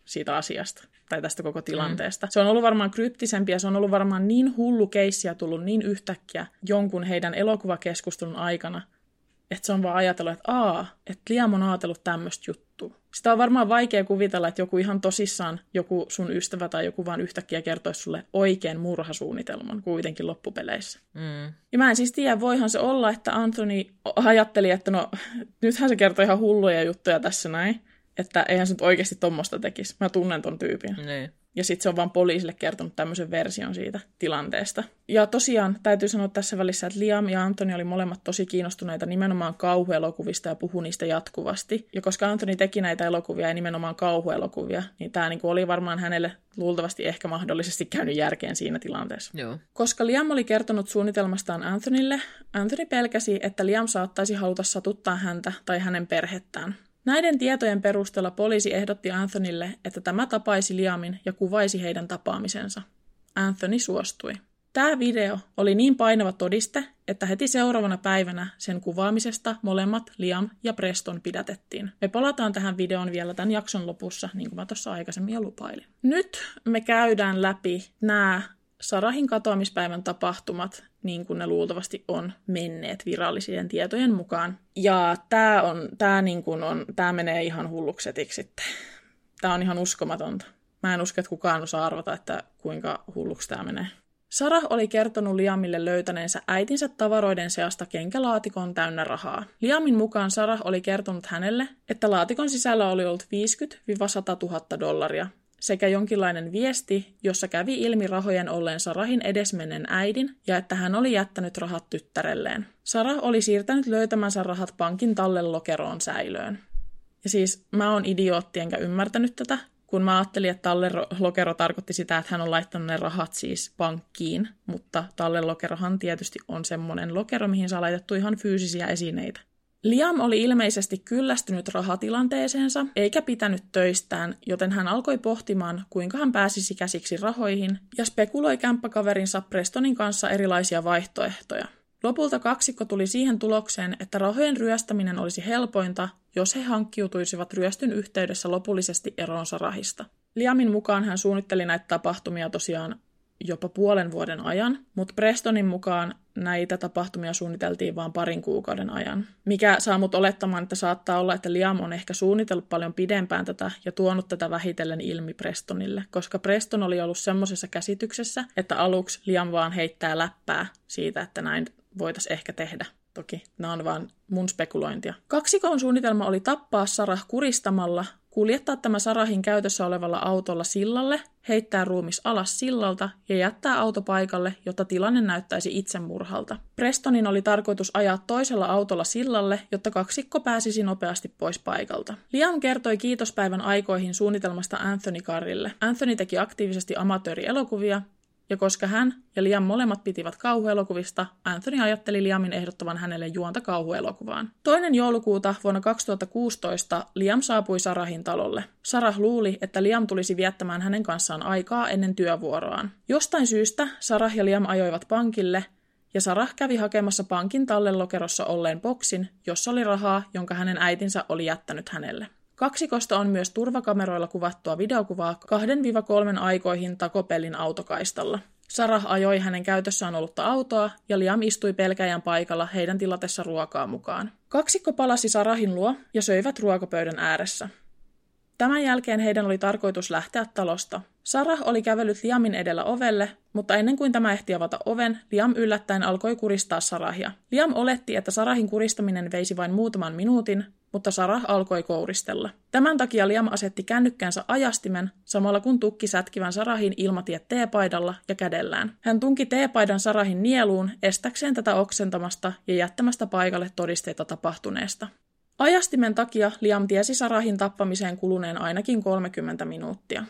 siitä asiasta tai tästä koko tilanteesta. Se on ollut varmaan kryptisempi ja se on ollut varmaan niin hullu keissi ja tullut niin yhtäkkiä jonkun heidän elokuvakeskustelun aikana, että se on vaan ajatellut, että Liam on ajatellut tämmöistä juttua. Sitä on varmaan vaikea kuvitella, että joku ihan tosissaan, joku sun ystävä tai joku vaan yhtäkkiä kertoisi sulle oikein murhasuunnitelman kuitenkin loppupeleissä. Ja mä en siis tiedä, voihan se olla, että Anthony ajatteli, että no nythän se kertoi ihan hulluja juttuja tässä näin, että eihän se nyt oikeasti tommoista tekisi. Mä tunnen ton tyypin. Niin. Ja sitten se on vaan poliisille kertonut tämmöisen version siitä tilanteesta. Ja tosiaan täytyy sanoa tässä välissä, että Liam ja Anthony oli molemmat tosi kiinnostuneita nimenomaan kauhuelokuvista ja puhui niistä jatkuvasti. Ja koska Anthony teki näitä elokuvia ja nimenomaan kauhuelokuvia, niin tämä niinku oli varmaan hänelle luultavasti ehkä mahdollisesti käynyt järkeen siinä tilanteessa. Joo. Koska Liam oli kertonut suunnitelmastaan Anthonylle, Anthony pelkäsi, että Liam saattaisi haluta satuttaa häntä tai hänen perhettään. Näiden tietojen perusteella poliisi ehdotti Anthonylle, että tämä tapaisi Liamin ja kuvaisi heidän tapaamisensa. Anthony suostui. Tämä video oli niin painava todiste, että heti seuraavana päivänä sen kuvaamisesta molemmat Liam ja Preston pidätettiin. Me palataan tähän videoon vielä tämän jakson lopussa, niin kuin mä tuossa aikaisemmin jo lupailin. Nyt me käydään läpi nämä Sarahin katoamispäivän tapahtumat, niin kuin ne luultavasti on menneet virallisien tietojen mukaan. Ja tämä menee ihan hulluksetiksi sitten. Tämä on ihan uskomatonta. Mä en usko, että kukaan osaa arvata, että kuinka hulluksi tämä menee. Sarah oli kertonut Liamille löytäneensä äitinsä tavaroiden seasta kenkälaatikon täynnä rahaa. Liamin mukaan Sarah oli kertonut hänelle, että laatikon sisällä oli ollut 50-100 000 dollaria. Sekä jonkinlainen viesti, jossa kävi ilmi rahojen olleen Sarahin edesmenneen äidin ja että hän oli jättänyt rahat tyttärelleen. Sarah oli siirtänyt löytämänsä rahat pankin tallelokeroon säilöön. Ja siis mä oon idiootti enkä ymmärtänyt tätä, kun mä ajattelin, että tallelokero tarkoitti sitä, että hän on laittanut ne rahat siis pankkiin, mutta tallelokerohan tietysti on semmoinen lokero, mihin saa laitettu ihan fyysisiä esineitä. Liam oli ilmeisesti kyllästynyt rahatilanteeseensa eikä pitänyt töistään, joten hän alkoi pohtimaan, kuinka hän pääsisi käsiksi rahoihin ja spekuloi kämppäkaverinsa Prestonin kanssa erilaisia vaihtoehtoja. Lopulta kaksikko tuli siihen tulokseen, että rahojen ryöstäminen olisi helpointa, jos he hankkiutuisivat ryöstyn yhteydessä lopullisesti eroon Sarahista. Liamin mukaan hän suunnitteli näitä tapahtumia tosiaan jopa puolen vuoden ajan, mutta Prestonin mukaan näitä tapahtumia suunniteltiin vain parin kuukauden ajan. Mikä saa mut olettamaan, että saattaa olla, että Liam on ehkä suunnitellut paljon pidempään tätä ja tuonut tätä vähitellen ilmi Prestonille, koska Preston oli ollut semmoisessa käsityksessä, että aluksi Liam vaan heittää läppää siitä, että näin voitaisiin ehkä tehdä. Toki nämä on vaan mun spekulointia. Kaksikon suunnitelma oli tappaa Sarah kuristamalla, kuljettaa tämä Sarahin käytössä olevalla autolla sillalle, heittää ruumis alas sillalta ja jättää auto paikalle, jotta tilanne näyttäisi itsemurhalta. Prestonin oli tarkoitus ajaa toisella autolla sillalle, jotta kaksikko pääsisi nopeasti pois paikalta. Liam kertoi kiitospäivän aikoihin suunnitelmasta Anthony Carrille. Anthony teki aktiivisesti amatöörielokuvia, ja koska hän ja Liam molemmat pitivät kauhuelokuvista, Anthony ajatteli Liamin ehdottavan hänelle juonta kauhuelokuvaan. 2. joulukuuta vuonna 2016 Liam saapui Sarahin talolle. Sarah luuli, että Liam tulisi viettämään hänen kanssaan aikaa ennen työvuoroaan. Jostain syystä Sarah ja Liam ajoivat pankille, ja Sarah kävi hakemassa pankin tallelokerossa olleen boksin, jossa oli rahaa, jonka hänen äitinsä oli jättänyt hänelle. Kaksikosta on myös turvakameroilla kuvattua videokuvaa 2-3 aikoihin Takopellin autokaistalla. Sarah ajoi hänen käytössään ollutta autoa ja Liam istui pelkäjän paikalla heidän tilatessa ruokaa mukaan. Kaksikko palasi Sarahin luo ja söivät ruokapöydän ääressä. Tämän jälkeen heidän oli tarkoitus lähteä talosta. Sarah oli kävellyt Liamin edellä ovelle, mutta ennen kuin tämä ehti avata oven, Liam yllättäen alkoi kuristaa Sarahia. Liam oletti, että Sarahin kuristaminen veisi vain muutaman minuutin, mutta Sarah alkoi kouristella. Tämän takia Liam asetti kännykkänsä ajastimen, samalla kun tukki sätkivän Sarahin ilmatiet teepaidalla ja kädellään. Hän tunki teepaidan Sarahin nieluun estäkseen tätä oksentamasta ja jättämästä paikalle todisteita tapahtuneesta. Ajastimen takia Liam tiesi Sarahin tappamiseen kuluneen ainakin 30 minuuttia.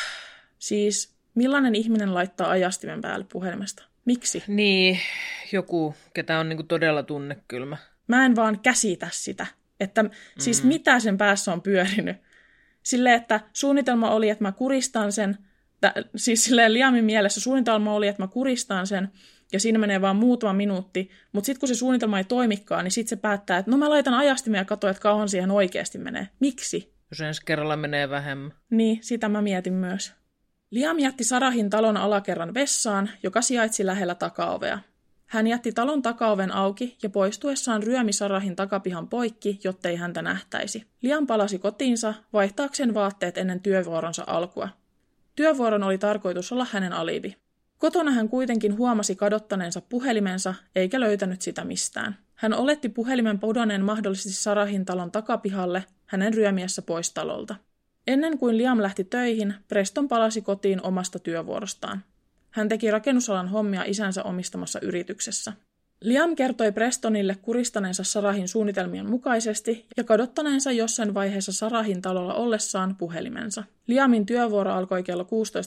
Siis, millainen ihminen laittaa ajastimen päälle puhelimesta? Miksi? Niin, joku, ketä on niinku todella tunnekylmä. Mä en vaan käsitä sitä, että siis mitä sen päässä on pyörinyt. Silleen, että suunnitelma oli, että mä kuristan sen, siis silleen Liamin mielessä suunnitelma oli, että mä kuristan sen, ja siinä menee vaan muutama minuutti, mutta sitten kun se suunnitelma ei toimikaan, niin sitten se päättää, että no mä laitan ajastimen ja katsoin, että kauan siihen oikeasti menee. Miksi? Jos ensi kerralla menee vähemmän. Niin, sitä mä mietin myös. Liam jätti Sarahin talon alakerran vessaan, joka sijaitsi lähellä takaovea. Hän jätti talon takaoven auki ja poistuessaan ryömi Sarahin takapihan poikki, jottei häntä nähtäisi. Liam palasi kotiinsa vaihtaakseen vaatteet ennen työvuoronsa alkua. Työvuoron oli tarkoitus olla hänen alibi. Kotona hän kuitenkin huomasi kadottaneensa puhelimensa eikä löytänyt sitä mistään. Hän oletti puhelimen pudonneen mahdollisesti Sarahin talon takapihalle hänen ryömiessä pois talolta. Ennen kuin Liam lähti töihin, Preston palasi kotiin omasta työvuorostaan. Hän teki rakennusalan hommia isänsä omistamassa yrityksessä. Liam kertoi Prestonille kuristaneensa Sarahin suunnitelmien mukaisesti ja kadottaneensa jossain vaiheessa Sarahin talolla ollessaan puhelimensa. Liamin työvuoro alkoi kello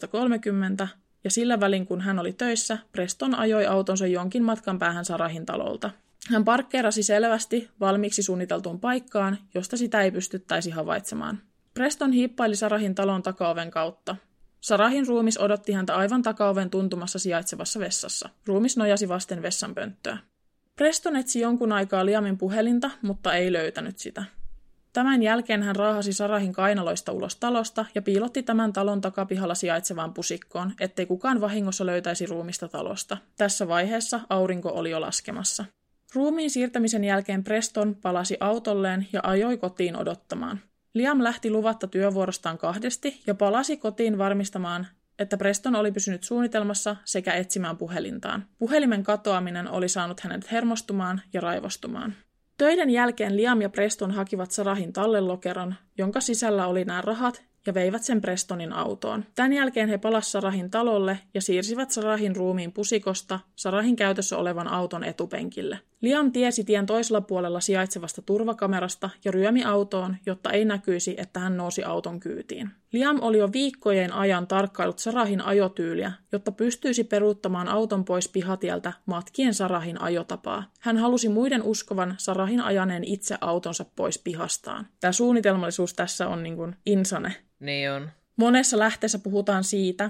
16.30 ja sillä välin kun hän oli töissä, Preston ajoi autonsa jonkin matkan päähän Sarahin talolta. Hän parkkeerasi selvästi valmiiksi suunniteltuun paikkaan, josta sitä ei pystyttäisi havaitsemaan. Preston hiippaili Sarahin talon takaoven kautta. Sarahin ruumis odotti häntä aivan takaoven tuntumassa sijaitsevassa vessassa. Ruumis nojasi vasten vessanpönttöä. Preston etsi jonkun aikaa Liamin puhelinta, mutta ei löytänyt sitä. Tämän jälkeen hän raahasi Sarahin kainaloista ulos talosta ja piilotti tämän talon takapihalla sijaitsevaan pusikkoon, ettei kukaan vahingossa löytäisi ruumista talosta. Tässä vaiheessa aurinko oli jo laskemassa. Ruumiin siirtämisen jälkeen Preston palasi autolleen ja ajoi kotiin odottamaan. Liam lähti luvatta työvuorostaan kahdesti ja palasi kotiin varmistamaan, että Preston oli pysynyt suunnitelmassa sekä etsimään puhelintaan. Puhelimen katoaminen oli saanut hänet hermostumaan ja raivostumaan. Töiden jälkeen Liam ja Preston hakivat Sarahin tallenlokeron, jonka sisällä oli nämä rahat, ja veivät sen Prestonin autoon. Tämän jälkeen he palasivat Sarahin talolle ja siirsivät Sarahin ruumiin pusikosta Sarahin käytössä olevan auton etupenkille. Liam tiesi tien toisella puolella sijaitsevasta turvakamerasta ja ryömi autoon, jotta ei näkyisi, että hän nousi auton kyytiin. Liam oli jo viikkojen ajan tarkkaillut Sarahin ajotyyliä, jotta pystyisi peruuttamaan auton pois pihatieltä matkien Sarahin ajotapaa. Hän halusi muiden uskovan Sarahin ajaneen itse autonsa pois pihastaan. Tämä suunnitelmallisuus tässä on niin kuin insane. Niin on. Monessa lähteessä puhutaan siitä,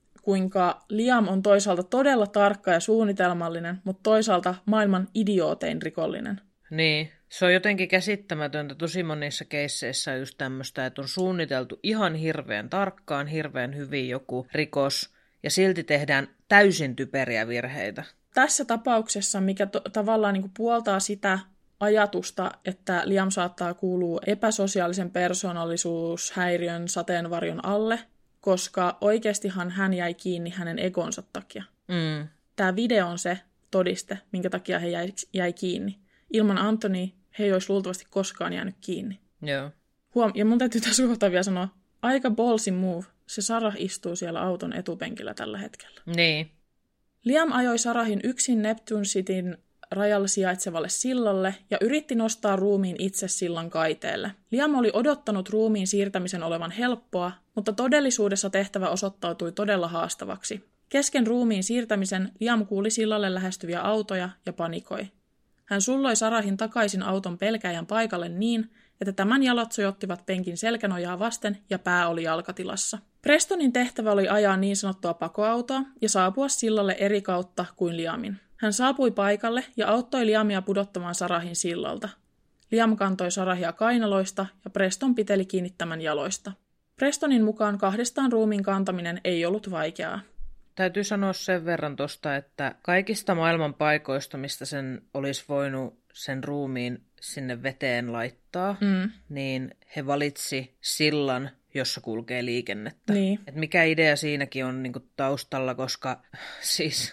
kuinka Liam on toisaalta todella tarkka ja suunnitelmallinen, mutta toisaalta maailman idiootein rikollinen. Niin, se on jotenkin käsittämätöntä. Tosi monissa keisseissä just tämmöistä, että on suunniteltu ihan hirveän tarkkaan, hirveän hyvin joku rikos, ja silti tehdään täysin typeriä virheitä. Tässä tapauksessa, mikä tavallaan niin kuin puoltaa sitä ajatusta, että Liam saattaa kuulua epäsosiaalisen persoonallisuushäiriön sateenvarjon alle, koska oikeastihan hän jäi kiinni hänen egonsa takia. Tämä video on se todiste, minkä takia he jäi kiinni. Ilman Anthony he ei olisi luultavasti koskaan jäänyt kiinni. Joo. Ja mun täytyy tässä kohtaa vielä sanoa, aika ballsy move. Se Sarah istuu siellä auton etupenkillä tällä hetkellä. Niin. Liam ajoi Sarahin yksin Neptune Cityn rajalla sijaitsevalle sillalle ja yritti nostaa ruumiin itse sillan kaiteelle. Liam oli odottanut ruumiin siirtämisen olevan helppoa, mutta todellisuudessa tehtävä osoittautui todella haastavaksi. Kesken ruumiin siirtämisen Liam kuuli sillalle lähestyviä autoja ja panikoi. Hän sulloi Sarahin takaisin auton pelkäjän paikalle niin, että tämän jalat sojottivat penkin selkänojaa vasten ja pää oli jalkatilassa. Prestonin tehtävä oli ajaa niin sanottua pakoautoa ja saapua sillalle eri kautta kuin Liamin. Hän saapui paikalle ja auttoi Liamia pudottamaan Sarahin sillalta. Liam kantoi Sarahia kainaloista ja Preston piteli kiinni tämän jaloista. Prestonin mukaan kahdestaan ruumiin kantaminen ei ollut vaikeaa. Täytyy sanoa sen verran tosta, että kaikista maailman paikoista, mistä sen olisi voinut sen ruumiin sinne veteen laittaa, niin he valitsi sillan, jossa kulkee liikennettä. Niin. Et mikä idea siinäkin on niinku taustalla, koska siis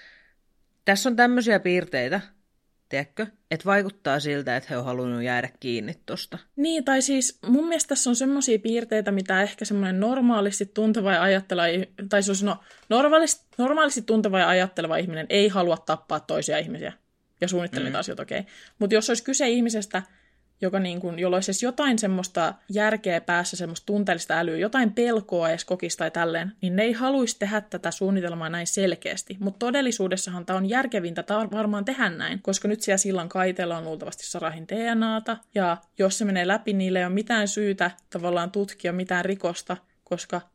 tässä on tämmöisiä piirteitä, tiedätkö, että vaikuttaa siltä, että he on halunnut jäädä kiinni tosta. Niin, tai siis mun mielestä tässä on semmoisia piirteitä, mitä ehkä semmoinen normaalisti tunteva ja ajatteleva, tai se on normaalisti tunteva ja ajatteleva ihminen ei halua tappaa toisia ihmisiä ja suunnittelee niitä asioita, okei. Mutta jos olisi kyse ihmisestä, joka niin kuin, jolla olisi edes jotain semmoista järkeä päässä, semmoista tunteellista älyä, jotain pelkoa edes kokista tai tälleen, niin ne ei haluaisi tehdä tätä suunnitelmaa näin selkeästi. Mutta todellisuudessahan tämä on järkevintä varmaan tehdä näin, koska nyt siellä sillan kaiteella on luultavasti Sarahin DNAta, ja jos se menee läpi, niille ei ole mitään syytä tavallaan tutkia mitään rikosta, koska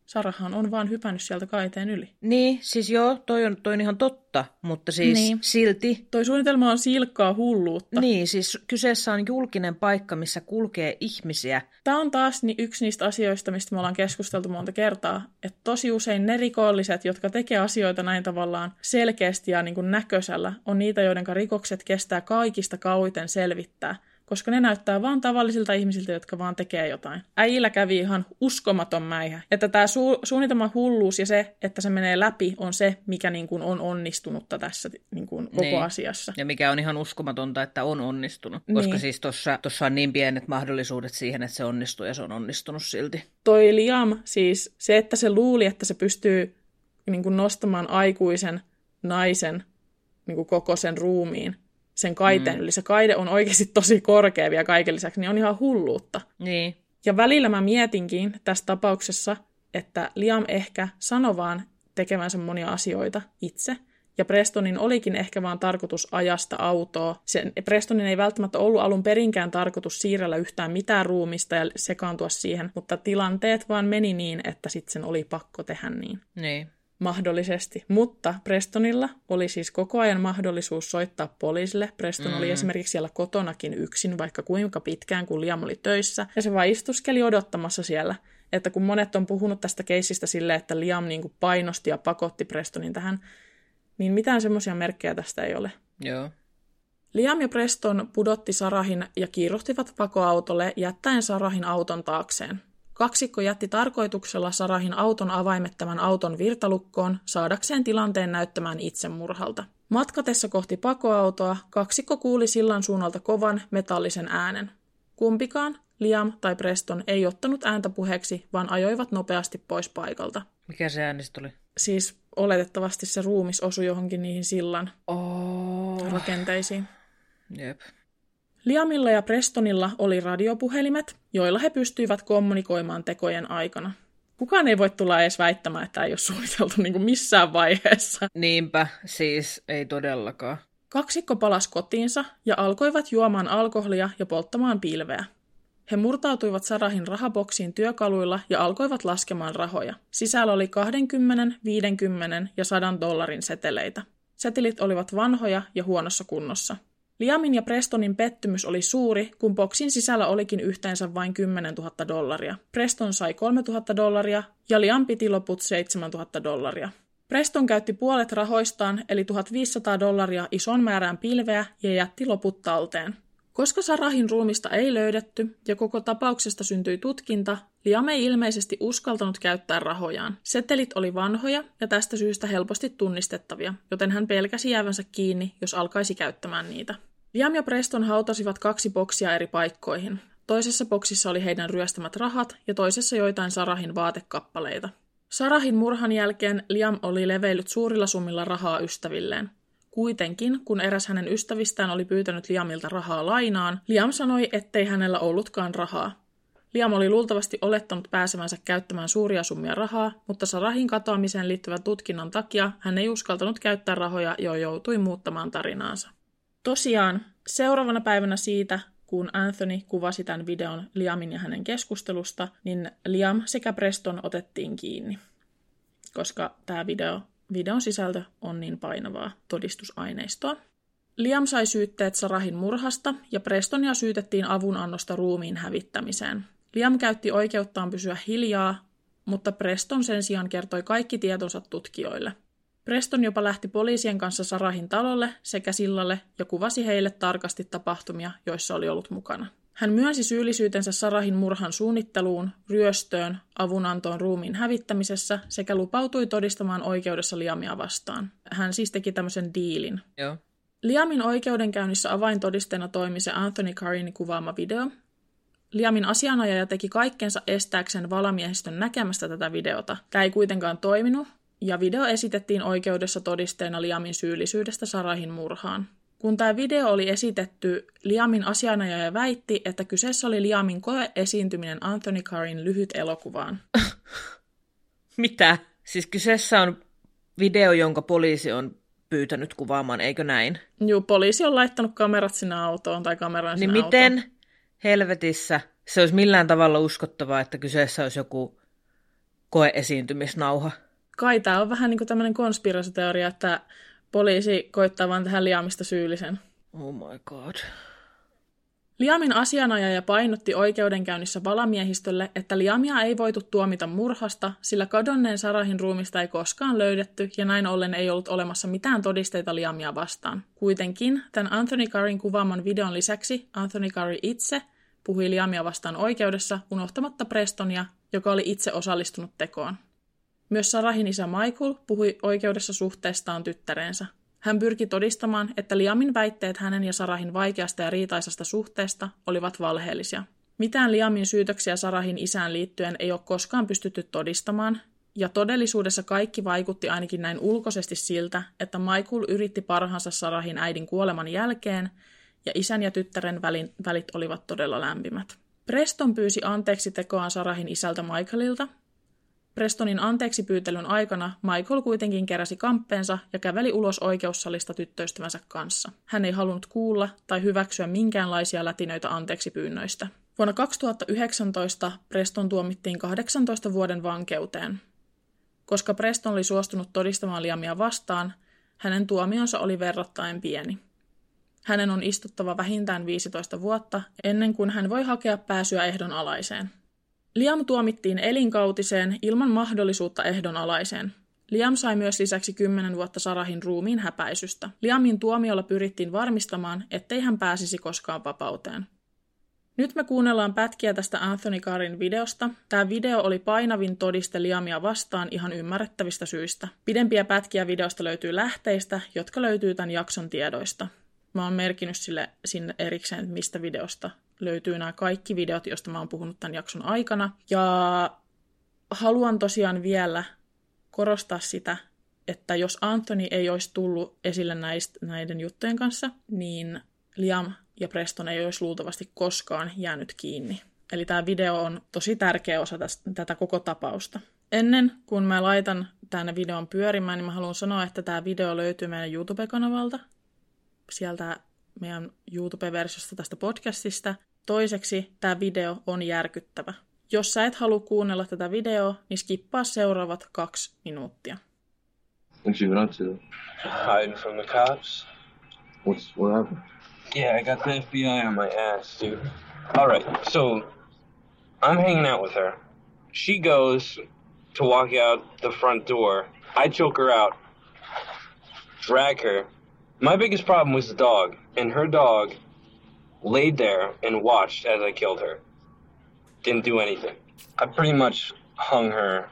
Sarahan on vaan hypännyt sieltä kaiteen yli. Niin, siis joo, toi on ihan totta, mutta siis silti. Toi suunnitelma on silkkaa hulluutta. Niin, siis kyseessä on julkinen paikka, missä kulkee ihmisiä. Tämä on taas yksi niistä asioista, mistä me ollaan keskusteltu monta kertaa, että tosi usein ne rikolliset, jotka tekee asioita näin tavallaan selkeästi ja niin kuin näköisellä, on niitä, joiden rikokset kestää kaikista kauiten selvittää, koska ne näyttää vaan tavallisilta ihmisiltä, jotka vaan tekee jotain. Äijillä kävi ihan uskomaton mäihä. Että tämä suunnitelman hulluus ja se, että se menee läpi, on se, mikä niin kuin on onnistunutta tässä niin kuin koko asiassa. Ja mikä on ihan uskomatonta, että on onnistunut. Koska siis tuossa on niin pienet mahdollisuudet siihen, että se onnistuu ja se on onnistunut silti. Toi Liam, siis se, että se luuli, että se pystyy niin kuin nostamaan aikuisen naisen niin kuin koko sen ruumiin, sen kaiteen yli. Se kaide on oikeasti tosi korkea vielä kaiken lisäksi, niin on ihan hulluutta. Niin. Ja välillä mä mietinkin tässä tapauksessa, että Liam ehkä sanoi vaan tekevänsä monia asioita itse, ja Prestonin olikin ehkä vaan tarkoitus ajasta autoa. Prestonin ei välttämättä ollut alun perinkään tarkoitus siirrellä yhtään mitään ruumista ja sekaantua siihen, mutta tilanteet vaan meni niin, että sitten sen oli pakko tehdä niin. Niin. Mahdollisesti. Mutta Prestonilla oli siis koko ajan mahdollisuus soittaa poliisille. Preston oli esimerkiksi siellä kotonakin yksin, vaikka kuinka pitkään, kun Liam oli töissä. Ja se vaan istuskeli odottamassa siellä. Että kun monet on puhunut tästä keissistä silleen, että Liam niin kuin painosti ja pakotti Prestonin tähän, niin mitään semmoisia merkkejä tästä ei ole. Joo. Liam ja Preston pudotti Sarahin ja kiiruhtivat pakoautolle jättäen Sarahin auton taakseen. Kaksikko jätti tarkoituksella Sarahin auton avaimet tämän auton virtalukkoon saadakseen tilanteen näyttämään itsemurhalta. Matkatessa kohti pakoautoa kaksikko kuuli sillan suunnalta kovan metallisen äänen. Kumpikaan, Liam tai Preston, ei ottanut ääntä puheeksi, vaan ajoivat nopeasti pois paikalta. Mikä se ääni oli? Siis oletettavasti se ruumis osui johonkin niihin sillan rakenteisiin. Jep. Liamilla ja Prestonilla oli radiopuhelimet, joilla he pystyivät kommunikoimaan tekojen aikana. Kukaan ei voi tulla edes väittämään, että ei ole suunniteltu niin kuin missään vaiheessa. Niinpä, siis ei todellakaan. Kaksikko palasi kotiinsa ja alkoivat juomaan alkoholia ja polttamaan pilveä. He murtautuivat Sarahin rahaboksiin työkaluilla ja alkoivat laskemaan rahoja. Sisällä oli 20, 50 ja $100 seteleitä. Setelit olivat vanhoja ja huonossa kunnossa. Liamin ja Prestonin pettymys oli suuri, kun boksin sisällä olikin yhteensä vain $10,000. Preston sai $3,000 ja Liam piti loput $7,000. Preston käytti puolet rahoistaan, eli $1,500 ison määrään pilveä ja jätti loput talteen. Koska Sarahin ruumista ei löydetty ja koko tapauksesta syntyi tutkinta, Liam ei ilmeisesti uskaltanut käyttää rahojaan. Setelit oli vanhoja ja tästä syystä helposti tunnistettavia, joten hän pelkäsi jäävänsä kiinni, jos alkaisi käyttämään niitä. Liam ja Preston hautasivat 2 boksia eri paikkoihin. Toisessa boksissa oli heidän ryöstämät rahat ja toisessa joitain Sarahin vaatekappaleita. Sarahin murhan jälkeen Liam oli leveillyt suurilla summilla rahaa ystävilleen. Kuitenkin, kun eräs hänen ystävistään oli pyytänyt Liamilta rahaa lainaan, Liam sanoi, ettei hänellä ollutkaan rahaa. Liam oli luultavasti olettanut pääsevänsä käyttämään suuria summia rahaa, mutta Sarahin katoamiseen liittyvän tutkinnan takia hän ei uskaltanut käyttää rahoja ja joutui muuttamaan tarinaansa. Tosiaan, seuraavana päivänä siitä, kun Anthony kuvasi tämän videon Liamin ja hänen keskustelusta, niin Liam sekä Preston otettiin kiinni, koska tämä videon sisältö on niin painavaa todistusaineistoa. Liam sai syytteet Sarahin murhasta ja Prestonia syytettiin avunannosta ruumiin hävittämiseen. Liam käytti oikeuttaan pysyä hiljaa, mutta Preston sen sijaan kertoi kaikki tietonsa tutkijoille. Preston jopa lähti poliisien kanssa Sarahin talolle sekä sillalle ja kuvasi heille tarkasti tapahtumia, joissa oli ollut mukana. Hän myönsi syyllisyytensä Sarahin murhan suunnitteluun, ryöstöön, avunantoon ruumiin hävittämisessä sekä lupautui todistamaan oikeudessa Liamia vastaan. Hän siis teki tämmöisen diilin. Joo. Liamin oikeudenkäynnissä avaintodisteena toimi se Anthony Carinin kuvaama video. Liamin asianajaja teki kaikkensa estääkseen valamiehistön näkemästä tätä videota. Tämä ei kuitenkaan toiminut, ja video esitettiin oikeudessa todisteena Liamin syyllisyydestä Sarahin murhaan. Kun tämä video oli esitetty, Liamin asianajaja väitti, että kyseessä oli Liamin koeesiintyminen Anthony Carrin lyhyt elokuvaan. Mitä? Siis kyseessä on video, jonka poliisi on pyytänyt kuvaamaan, eikö näin? Joo, poliisi on laittanut kamerat sinne autoon tai kameran sinne niin autoon. Miten helvetissä se olisi millään tavalla uskottavaa, että kyseessä olisi joku koeesiintymisnauha. Kai tämä on vähän niin kuin tämmöinen konspiraatioteoria, että poliisi koittaa vaan tähän Liamista syyllisen. Oh my god. Liamin asianajaja painotti oikeudenkäynnissä valamiehistölle, että Liamia ei voitu tuomita murhasta, sillä kadonneen Sarahin ruumista ei koskaan löydetty ja näin ollen ei ollut olemassa mitään todisteita Liamia vastaan. Kuitenkin tämän Anthony Curryn kuvaaman videon lisäksi Anthony Curry itse puhui Liamia vastaan oikeudessa unohtamatta Prestonia, joka oli itse osallistunut tekoon. Myös Sarahin isä Michael puhui oikeudessa suhteestaan tyttäreensä. Hän pyrki todistamaan, että Liamin väitteet hänen ja Sarahin vaikeasta ja riitaisesta suhteesta olivat valheellisia. Mitään Liamin syytöksiä Sarahin isään liittyen ei ole koskaan pystytty todistamaan, ja todellisuudessa kaikki vaikutti ainakin näin ulkoisesti siltä, että Michael yritti parhaansa Sarahin äidin kuoleman jälkeen, ja isän ja tyttären välit olivat todella lämpimät. Preston pyysi anteeksi tekoaan Sarahin isältä Michaelilta. Prestonin anteeksi pyytelyn aikana Michael kuitenkin keräsi kamppeensa ja käveli ulos oikeussalista tyttöystävänsä kanssa. Hän ei halunnut kuulla tai hyväksyä minkäänlaisia lätinöitä anteeksipyynnöistä. Vuonna 2019 Preston tuomittiin 18 vuoden vankeuteen. Koska Preston oli suostunut todistamaan Liamia vastaan, hänen tuomionsa oli verrattain pieni. Hänen on istuttava vähintään 15 vuotta ennen kuin hän voi hakea pääsyä ehdonalaiseen. Liam tuomittiin elinkautiseen ilman mahdollisuutta ehdonalaiseen. Liam sai myös lisäksi 10 vuotta Sarahin ruumiin häpäisystä. Liamin tuomiolla pyrittiin varmistamaan, ettei hän pääsisi koskaan vapauteen. Nyt me kuunnellaan pätkiä tästä Anthony Curryn videosta. Tämä video oli painavin todiste Liamia vastaan ihan ymmärrettävistä syistä. Pidempiä pätkiä videosta löytyy lähteistä, jotka löytyy tämän jakson tiedoista. Mä oon merkinnyt sille sinne erikseen, mistä videosta löytyy nämä kaikki videot, joista mä oon puhunut tämän jakson aikana. Ja haluan tosiaan vielä korostaa sitä, että jos Anthony ei olisi tullut esille näiden juttujen kanssa, niin Liam ja Preston ei olisi luultavasti koskaan jäänyt kiinni. Eli tämä video on tosi tärkeä osa tätä koko tapausta. Ennen kuin mä laitan tänne videon pyörimään, niin mä haluan sanoa, että tämä video löytyy meidän YouTube-kanavalta. Sieltä meidän YouTube-versiosta tästä podcastista. Toiseksi tämä video on järkyttävä. Jos sä et halua kuunnella tätä videoa, niin skippaa seuraavat 2 minuuttia. What you been up to? Hiding from the cops. What happened? Yeah, I got the FBI on my ass, dude. All right, so I'm hanging out with her. She goes to walk out the front door. I choke her out, drag her. My biggest problem was the dog, and her dog laid there and watched as I killed her. Didn't do anything. I pretty much hung her.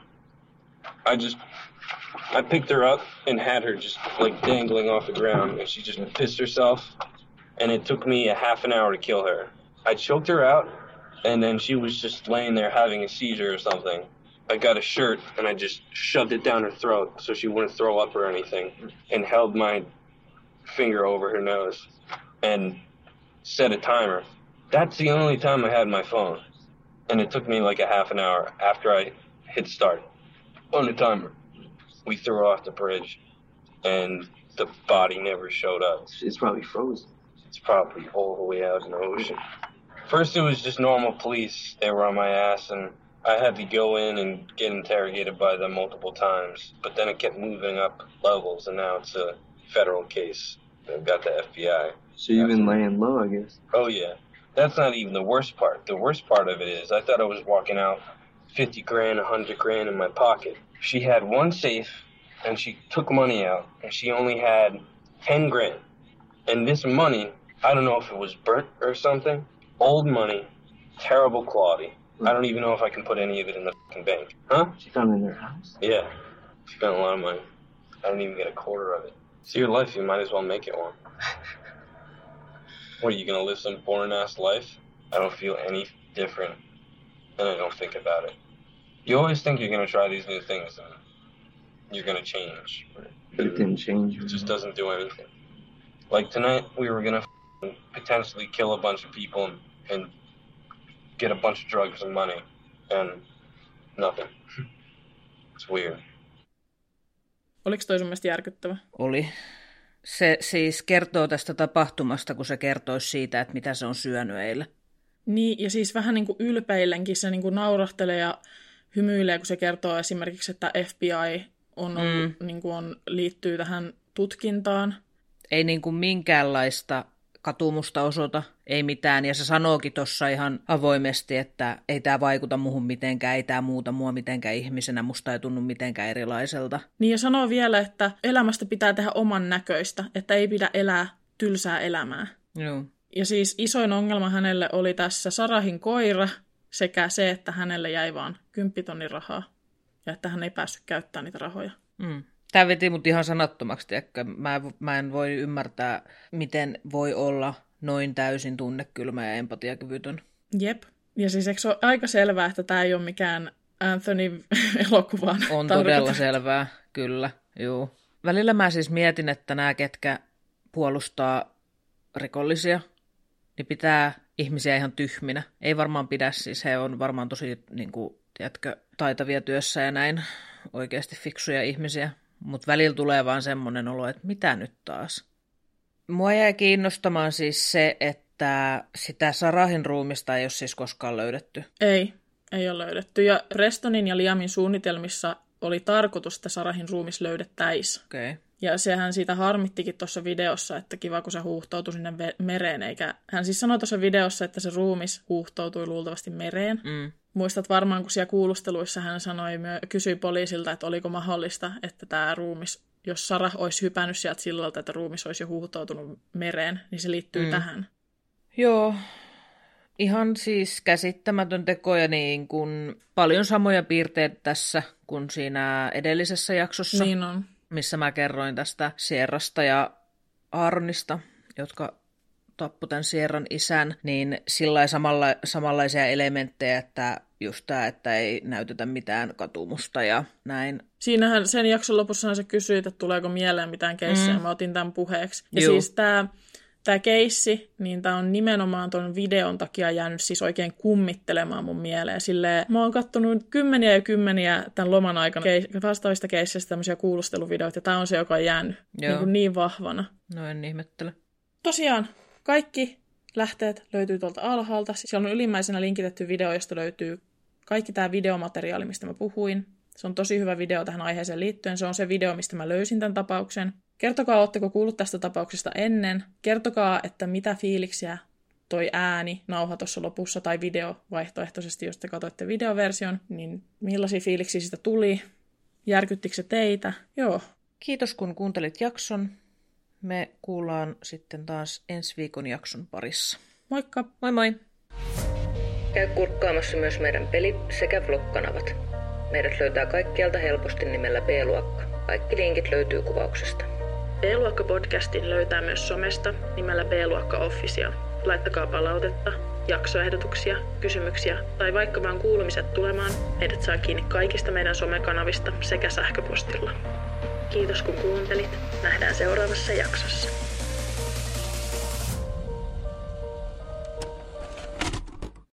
I picked her up and had her just like dangling off the ground, and she just pissed herself, and it took me a half an hour to kill her. I choked her out, and then she was just laying there having a seizure or something. I got a shirt, and I just shoved it down her throat so she wouldn't throw up or anything, and held my finger over her nose and set a timer. That's the only time I had my phone, and it took me like a half an hour after I hit start on the timer. We threw her off the bridge, and the body never showed up. It's probably frozen. It's probably all the way out in the ocean. First it was just normal police. They were on my ass, and I had to go in and get interrogated by them multiple times, but then it kept moving up levels, and now it's a federal case. They've got the FBI. So you've been laying low, I guess. Oh, yeah. That's not even the worst part. The worst part of it is I thought I was walking out 50 grand, 100 grand in my pocket. She had one safe, and she took money out, and she only had 10 grand. And this money, I don't know if it was burnt or something. Old money, terrible quality. I don't even know if I can put any of it in the fucking bank. Huh? She found it in their house? Yeah. Spent a lot of money. I didn't even get a quarter of it. It's your life, you might as well make it one. What, are you gonna live some boring-ass life? I don't feel any different, and I don't think about it. You always think you're gonna try these new things, and you're gonna change. But it didn't change. It just doesn't do anything. Like tonight, we were gonna potentially kill a bunch of people and get a bunch of drugs and money, and nothing. It's weird. Oliko toi sun mielestä järkyttävä? Oli. Se siis kertoo tästä tapahtumasta, kun se kertoisi siitä, että mitä se on syönyt eilen. Niin, ja siis vähän niin kuin ylpeillenkin se niin kuin naurahtelee ja hymyilee, kun se kertoo esimerkiksi, että FBI on ollut, niin kuin liittyy tähän tutkintaan. Ei niin kuin minkäänlaista katumusta osoita, ei mitään. Ja se sanookin tuossa ihan avoimesti, että ei tämä vaikuta muhun mitenkään, ei tämä muuta mua mitenkään ihmisenä, musta ei tunnu mitenkään erilaiselta. Niin ja sanoo vielä, että elämästä pitää tehdä oman näköistä, että ei pidä elää tylsää elämää. Joo. Ja siis isoin ongelma hänelle oli tässä Sarahin koira sekä se, että hänelle jäi vaan 10 000 rahaa ja että hän ei päässyt käyttämään niitä rahoja. Tämä veti mut ihan sanattomaksi, tiedätkö? Mä en voi ymmärtää, miten voi olla noin täysin tunnekylmä ja empatiakyvytön. Jep. Ja siis eikö se ole aika selvää, että tämä ei ole mikään Anthony-elokuva? On todella selvää, kyllä. Juu. Välillä mä siis mietin, että nämä, ketkä puolustaa rikollisia, niin pitää ihmisiä ihan tyhminä. Ei varmaan pidä, siis he on varmaan tosi niin kuin, tiedätkö, taitavia työssä ja näin, oikeasti fiksuja ihmisiä. Mutta välillä tulee vaan semmoinen olo, että mitä nyt taas? Mua jäi kiinnostamaan siis se, että sitä Sarahin ruumista ei ole siis koskaan löydetty. Ei ole löydetty. Ja Prestonin ja Liamin suunnitelmissa oli tarkoitus, että Sarahin ruumis löydettäisiin. Okay. Ja sehän siitä harmittikin tuossa videossa, että kiva kun se huuhtoutui sinne mereen. Hän siis sanoi tuossa videossa, että se ruumis huuhtoutui luultavasti mereen. Muistat varmaan, kun siellä kuulusteluissa hän kysyi poliisilta, että oliko mahdollista, että tämä ruumis, jos Sarah olisi hypännyt sieltä sillalta, että ruumis olisi jo huuhtoutunut mereen, niin se liittyy tähän. Joo, ihan siis käsittämätön teko ja niin kuin paljon samoja piirteitä tässä kuin siinä edellisessä jaksossa. Niin on. Missä mä kerroin tästä Sierrasta ja Aaronista, jotka tappoi tämän Sierran isän, niin sillä samanlaisia elementtejä, että just tämä, että ei näytetä mitään katumusta ja näin. Siinähän sen jakson lopussa se kysyi, että tuleeko mieleen mitään keissejä, mä otin tämän puheeksi. Ja siis tämä keissi, niin tämä on nimenomaan tuon videon takia jäänyt siis oikein kummittelemaan mun mieleen. Silleen, mä oon kattonut kymmeniä ja kymmeniä tämän loman aikana vastaavista keisseistä tämmöisiä kuulusteluvideoita, ja tämä on se, joka on jäänyt niin vahvana. No en ihmettele. Tosiaan, kaikki lähteet löytyy tuolta alhaalta. Siellä on ylimmäisenä linkitetty video, josta löytyy kaikki tämä videomateriaali, mistä mä puhuin. Se on tosi hyvä video tähän aiheeseen liittyen. Se on se video, mistä mä löysin tämän tapauksen. Kertokaa, ootteko kuullut tästä tapauksesta ennen. Kertokaa, että mitä fiiliksiä toi ääni, nauha tuossa lopussa tai video vaihtoehtoisesti, jos te katsoitte videoversion, niin millaisia fiiliksiä siitä tuli? Järkyttikö se teitä? Joo. Kiitos, kun kuuntelit jakson. Me kuullaan sitten taas ensi viikon jakson parissa. Moikka! Moi moi! Käy kurkkaamassa myös meidän peli- sekä vlog-kanavat. Meidät löytää kaikkialta helposti nimellä B-luokka. Kaikki linkit löytyy kuvauksesta. B-luokka-podcastin löytää myös somesta nimellä B-luokka Official. Laittakaa palautetta, jaksoehdotuksia, kysymyksiä tai vaikka vaan kuulumiset tulemaan. Meidät saa kiinni kaikista meidän somekanavista sekä sähköpostilla. Kiitos kun kuuntelit. Nähdään seuraavassa jaksossa.